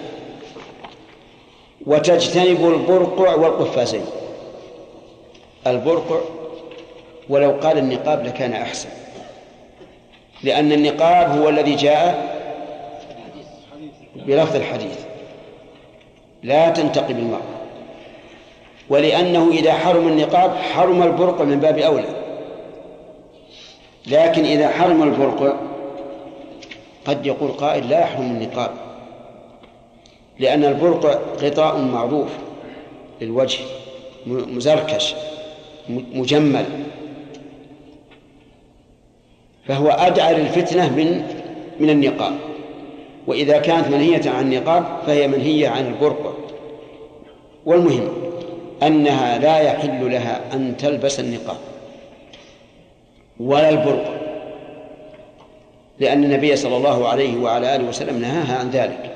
وتجتنب البرقع والقفازين. البرقع ولو قال النقاب لكان أحسن، لأن النقاب هو الذي جاء بلفظ الحديث: لا تنتقب المرأة، ولأنه إذا حرم النقاب حرم البرقع من باب أولى. لكن إذا حرم البرقع قد يقول قائل: لا يحرم النقاب، لأن البرقع غطاء معروف للوجه مزركش مجمل، فهو أدعى للفتنة من من النقاب. وإذا كانت منهية عن النقاب فهي منهية عن البرقع. والمهم أنها لا يحل لها أن تلبس النقاب ولا البرقع، لأن النبي صلى الله عليه وعلى آله وسلم نهاها عن ذلك.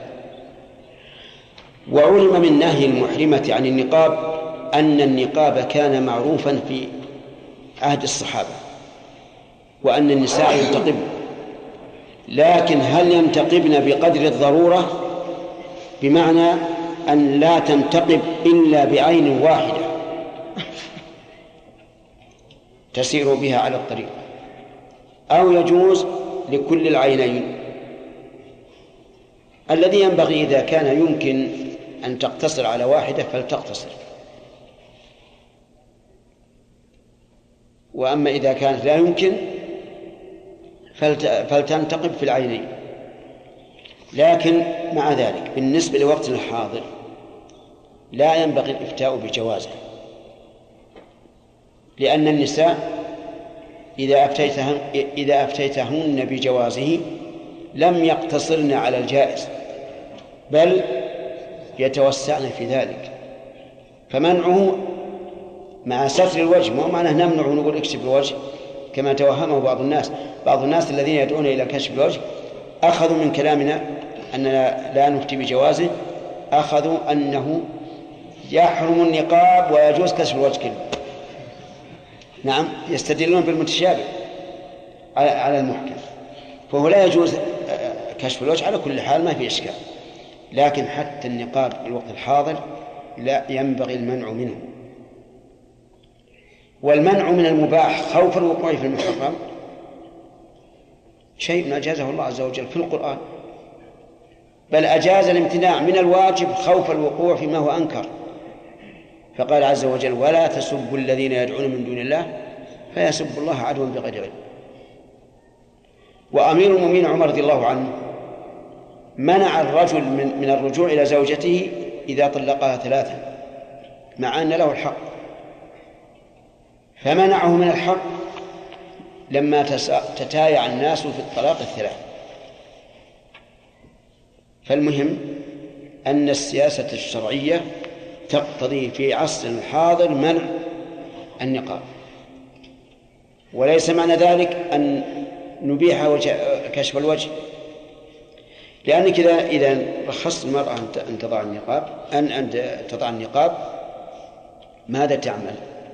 وعلم من نهي المحرمة عن النقاب أن النقاب كان معروفا في عهد الصحابة، وأن النساء ينتقبن، لكن هل ينتقبن بقدر الضرورة؟ بمعنى أن لا تنتقب إلا بعين واحدة تسير بها على الطريق، أو يجوز لكل العينين. الذي ينبغي إذا كان يمكن أن تقتصر على واحدة فلتقتصر، وأما إذا كانت لا يمكن فلتنتقب في العينين. لكن مع ذلك بالنسبة لوقتنا الحاضر لا ينبغي الإفتاء بجوازه، لأن النساء إذا أفتيتهن, إذا أفتيتهن بجوازه لم يقتصرن على الجائز بل يتوسعن في ذلك، فمنعه مع ستر الوجه، مو معناه نمنعه ونقول اكشف الوجه كما توهمه بعض الناس. بعض الناس الذين يدعون إلى كشف الوجه أخذوا من كلامنا أننا لا نفتي بجوازه، أخذوا أنه يحرم النقاب ويجوز كشف الوجه كله. نعم، يستدلون بالمتشابه على المحكم، فهو لا يجوز كشف الوجه على كل حال، ما في إشكال. لكن حتى النقاب في الوقت الحاضر لا ينبغي المنع منه. والمنع من المباح خوف الوقوع في المحرم شيء أجازه الله عز وجل في القرآن، بل أجاز الامتناع من الواجب خوف الوقوع فيما هو أنكر، فقال عز وجل: ولا تسبوا الذين يدعون من دون الله فيسبوا الله عدوا بغير علم. وأمير المؤمنين عمر رضي الله عنه منع الرجل من, من الرجوع إلى زوجته إذا طلقها ثلاثا مع أن له الحق، فمنعه من الحق لما تتايع الناس في الطلاق الثلاث. فالمهم أن السياسة الشرعية تقتضي في عصرنا الحاضر منع النقاب، وليس معنى ذلك أن نبيح كشف الوجه، لأنك إذا إذا رخصت المرأة أن تضع النقاب أن أن تضع النقاب ماذا تعمل؟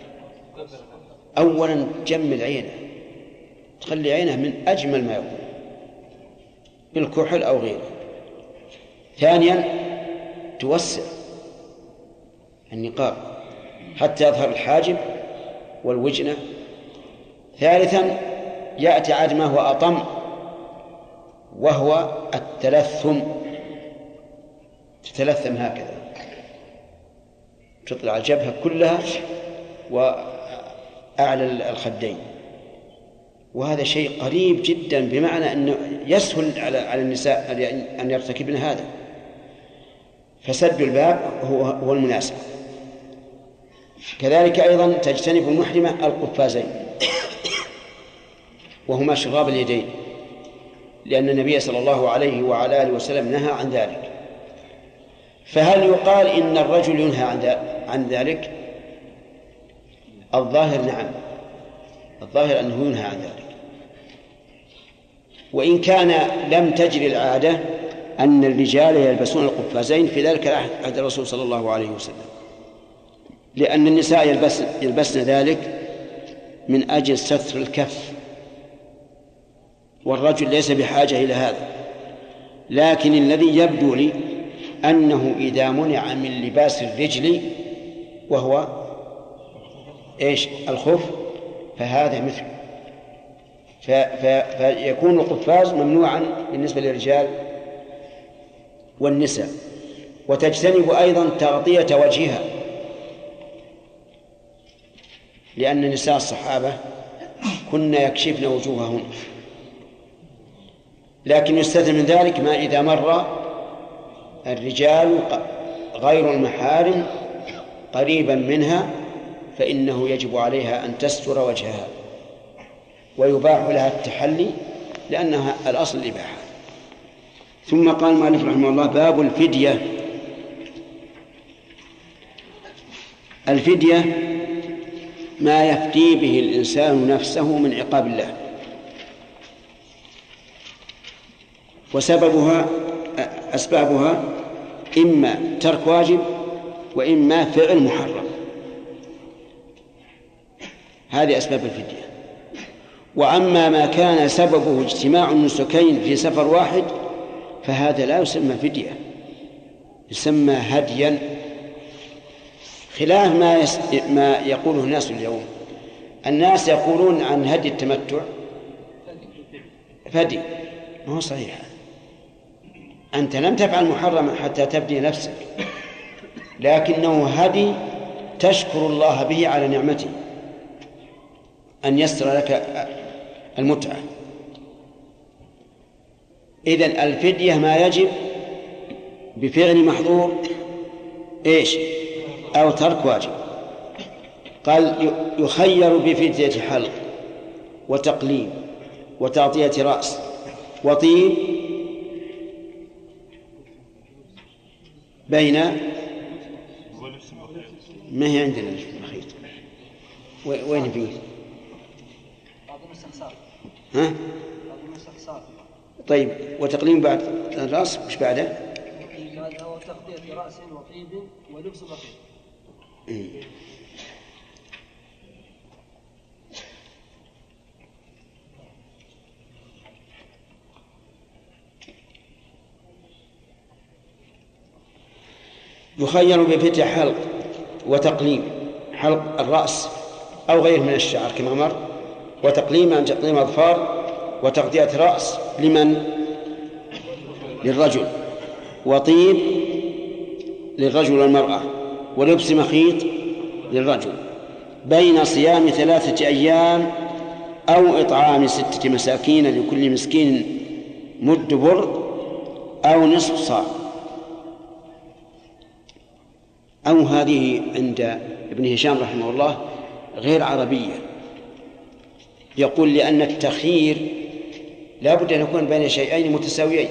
أولا تجمل عينه، تخلي عينه من أجمل ما يكون بالكحل أو غيره. ثانيا توسع النقاب حتى يظهر الحاجب والوجنة. ثالثا يأتي عاد ما هو أطم وهو التلثم، تتلثم هكذا، تطلع الجبهة كلها وأعلى الخدين، وهذا شيء قريب جدا، بمعنى أنه يسهل على على النساء أن يرتكبن هذا. فسد الباب هو هو المناسب. كذلك أيضا تجتنب المحرمة القفازين وهما شراب اليدين، لأن النبي صلى الله عليه وعلى آله وسلم نهى عن ذلك. فهل يقال إن الرجل ينهى عن ذلك؟ الظاهر نعم، الظاهر أنه ينهى عن ذلك، وإن كان لم تجري العادة أن الرجال يلبسون القفازين في ذلك عهد الرسول صلى الله عليه وسلم، لأن النساء يلبس يلبسن ذلك من أجل ستر الكف، والرجل ليس بحاجة إلى هذا. لكن الذي يبدو لي أنه إذا منع من لباس الرجل وهو إيش الخف فهذا مثله، فيكون القفاز ممنوعا بالنسبة للرجال والنساء. وتجتنب أيضا تغطية وجهها، لأن نساء الصحابة كن يكشفن وجوههن، لكن يستثنى من ذلك ما إذا مر الرجال غير المحارم قريبا منها فإنه يجب عليها أن تستر وجهها، ويباح لها التحلي لأنها الأصل الإباحة. ثم قال المؤلف رحمه الله: باب الفدية. الفدية ما يفدي به الإنسان نفسه من عقاب الله، وسببها أسبابها إما ترك واجب وإما فعل محرم، هذه أسباب الفدية. وأما ما كان سببه اجتماع النسكين في سفر واحد فهذا لا يسمى فدية، يسمى هديا، خلاف ما يس... ما يقوله الناس اليوم. الناس يقولون عن هدي التمتع فدي، ما هو صحيح. أنت لم تفعل محرما حتى تبدي نفسك، لكنه هدي تشكر الله به على نعمته أن يسر لك المتعة. إذن الفدية ما يجب بفعل محظور إيش أو ترك واجب. قال يخير بفدية حلق وتقليم وتعطية رأس وطيب بين، ما هي عندنا المخيط وين فيه؟ ها؟ طيب وتقليم بعد الرأس مش بعده؟ هو تغطية رأس وطيب ولبس بقية. يخير بفتح حلق وتقليم، حلق الرأس أو غيره من الشعر كما مر، وتقليم عن تقليم أظفار، وتغطية رأس لمن؟ للرجل، وطيب للرجل والمرأة، ولبس مخيط للرجل، بين صيام ثلاثة أيام أو إطعام ستة مساكين لكل مسكين مد بر أو نصف صاع. أو هذه عند ابن هشام رحمه الله غير عربية، يقول لأن التخيير لا بد أن يكون بين شيئين متساويين،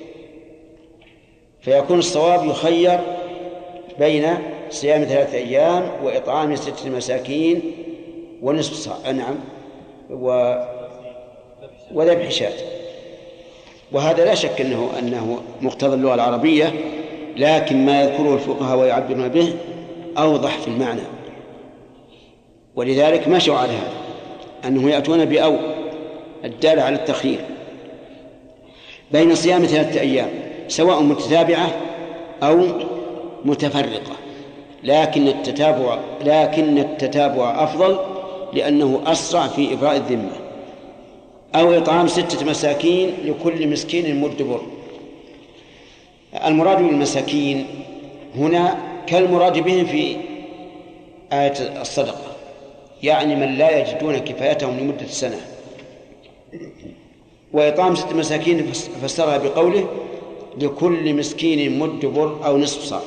فيكون الصواب يخير بين صيام ثلاثة أيام وإطعام ستة مساكين ونصف صاع، نعم، و... وذبح شاة. وهذا لا شك أنه أنه مقتضى اللغة العربية، لكن ما يذكره الفقهاء ويعبرون به أوضح في المعنى، ولذلك مشوا على هذا، أنه يأتون بأو الدالة على التخيير بين صيام ثلاثة أيام سواء متتابعة أو متفرقة، لكن التتابع لكن التتابع أفضل لأنه أسرع في إبراء الذمة، أو إطعام ستة مساكين لكل مسكين مد بر. المراد بالمساكين هنا كالمراد بهم في آية الصدقة، يعني من لا يجدون كفايتهم لمدة سنة. وإطعام ستة مساكين فسرها بقوله لكل مسكين مد بر أو نصف صاع.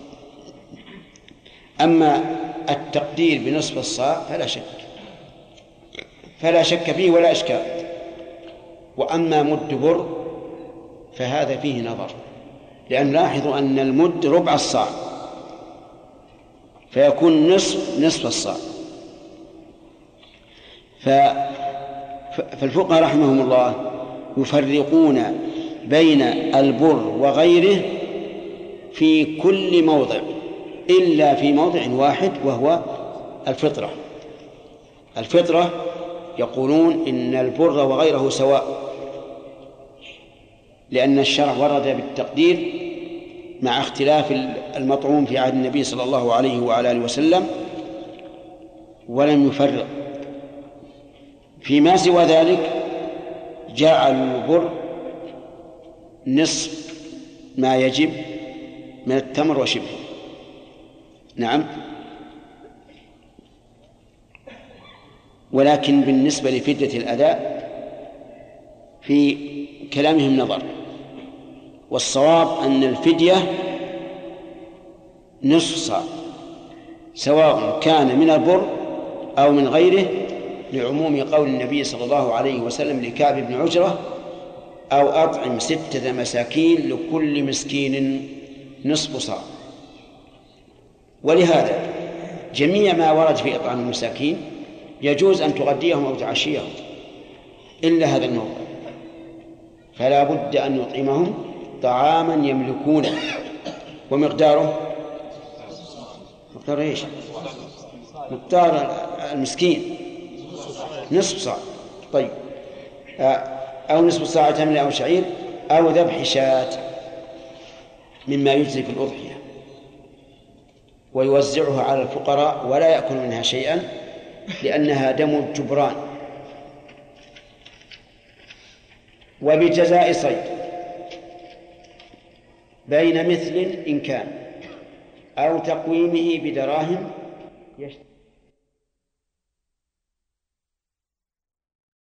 أما التقدير بنصف الصاع فلا شك فلا شك فيه ولا إشكال. وأما مد بر فهذا فيه نظر، لأن لاحظوا أن المد ربع الصاع، فيكون نصف نصف الصاع. فالفقهاء رحمهم الله يفرقون بين البر وغيره في كل موضع إلا في موضع واحد، وهو الفطرة. الفطرة يقولون إن البر وغيره سواء، لأن الشرع ورد بالتقدير مع اختلاف المطعوم في عهد النبي صلى الله عليه وعلى آله وسلم ولم يفرق. فيما سوى ذلك جعل البر نصف ما يجب من التمر وشبهه. نعم. ولكن بالنسبة لفدية الأداء في كلامهم نظر، والصواب أن الفدية نصف صاع سواء كان من البر أو من غيره، لعموم قول النبي صلى الله عليه وسلم لكعب بن عجرة أو أطعم ستة مساكين لكل مسكين نصف صاع. ولهذا جميع ما ورد في إطعام المساكين يجوز أن تغديهم أو تعشيهم إلا هذا الموضع، فلا بد أن نطعمهم طعاما يملكونه. ومقداره مقدار إيش؟ مقدار المسكين نصف صاع. طيب، أو نصف صاع تمر أو شعير أو ذبح شاة. مما يجزي في الأضحية ويوزعها على الفقراء ولا يأكل منها شيئا لأنها دم الجبران. وبجزاء صيد بين مثل إن كان أو تقويمه بدراهم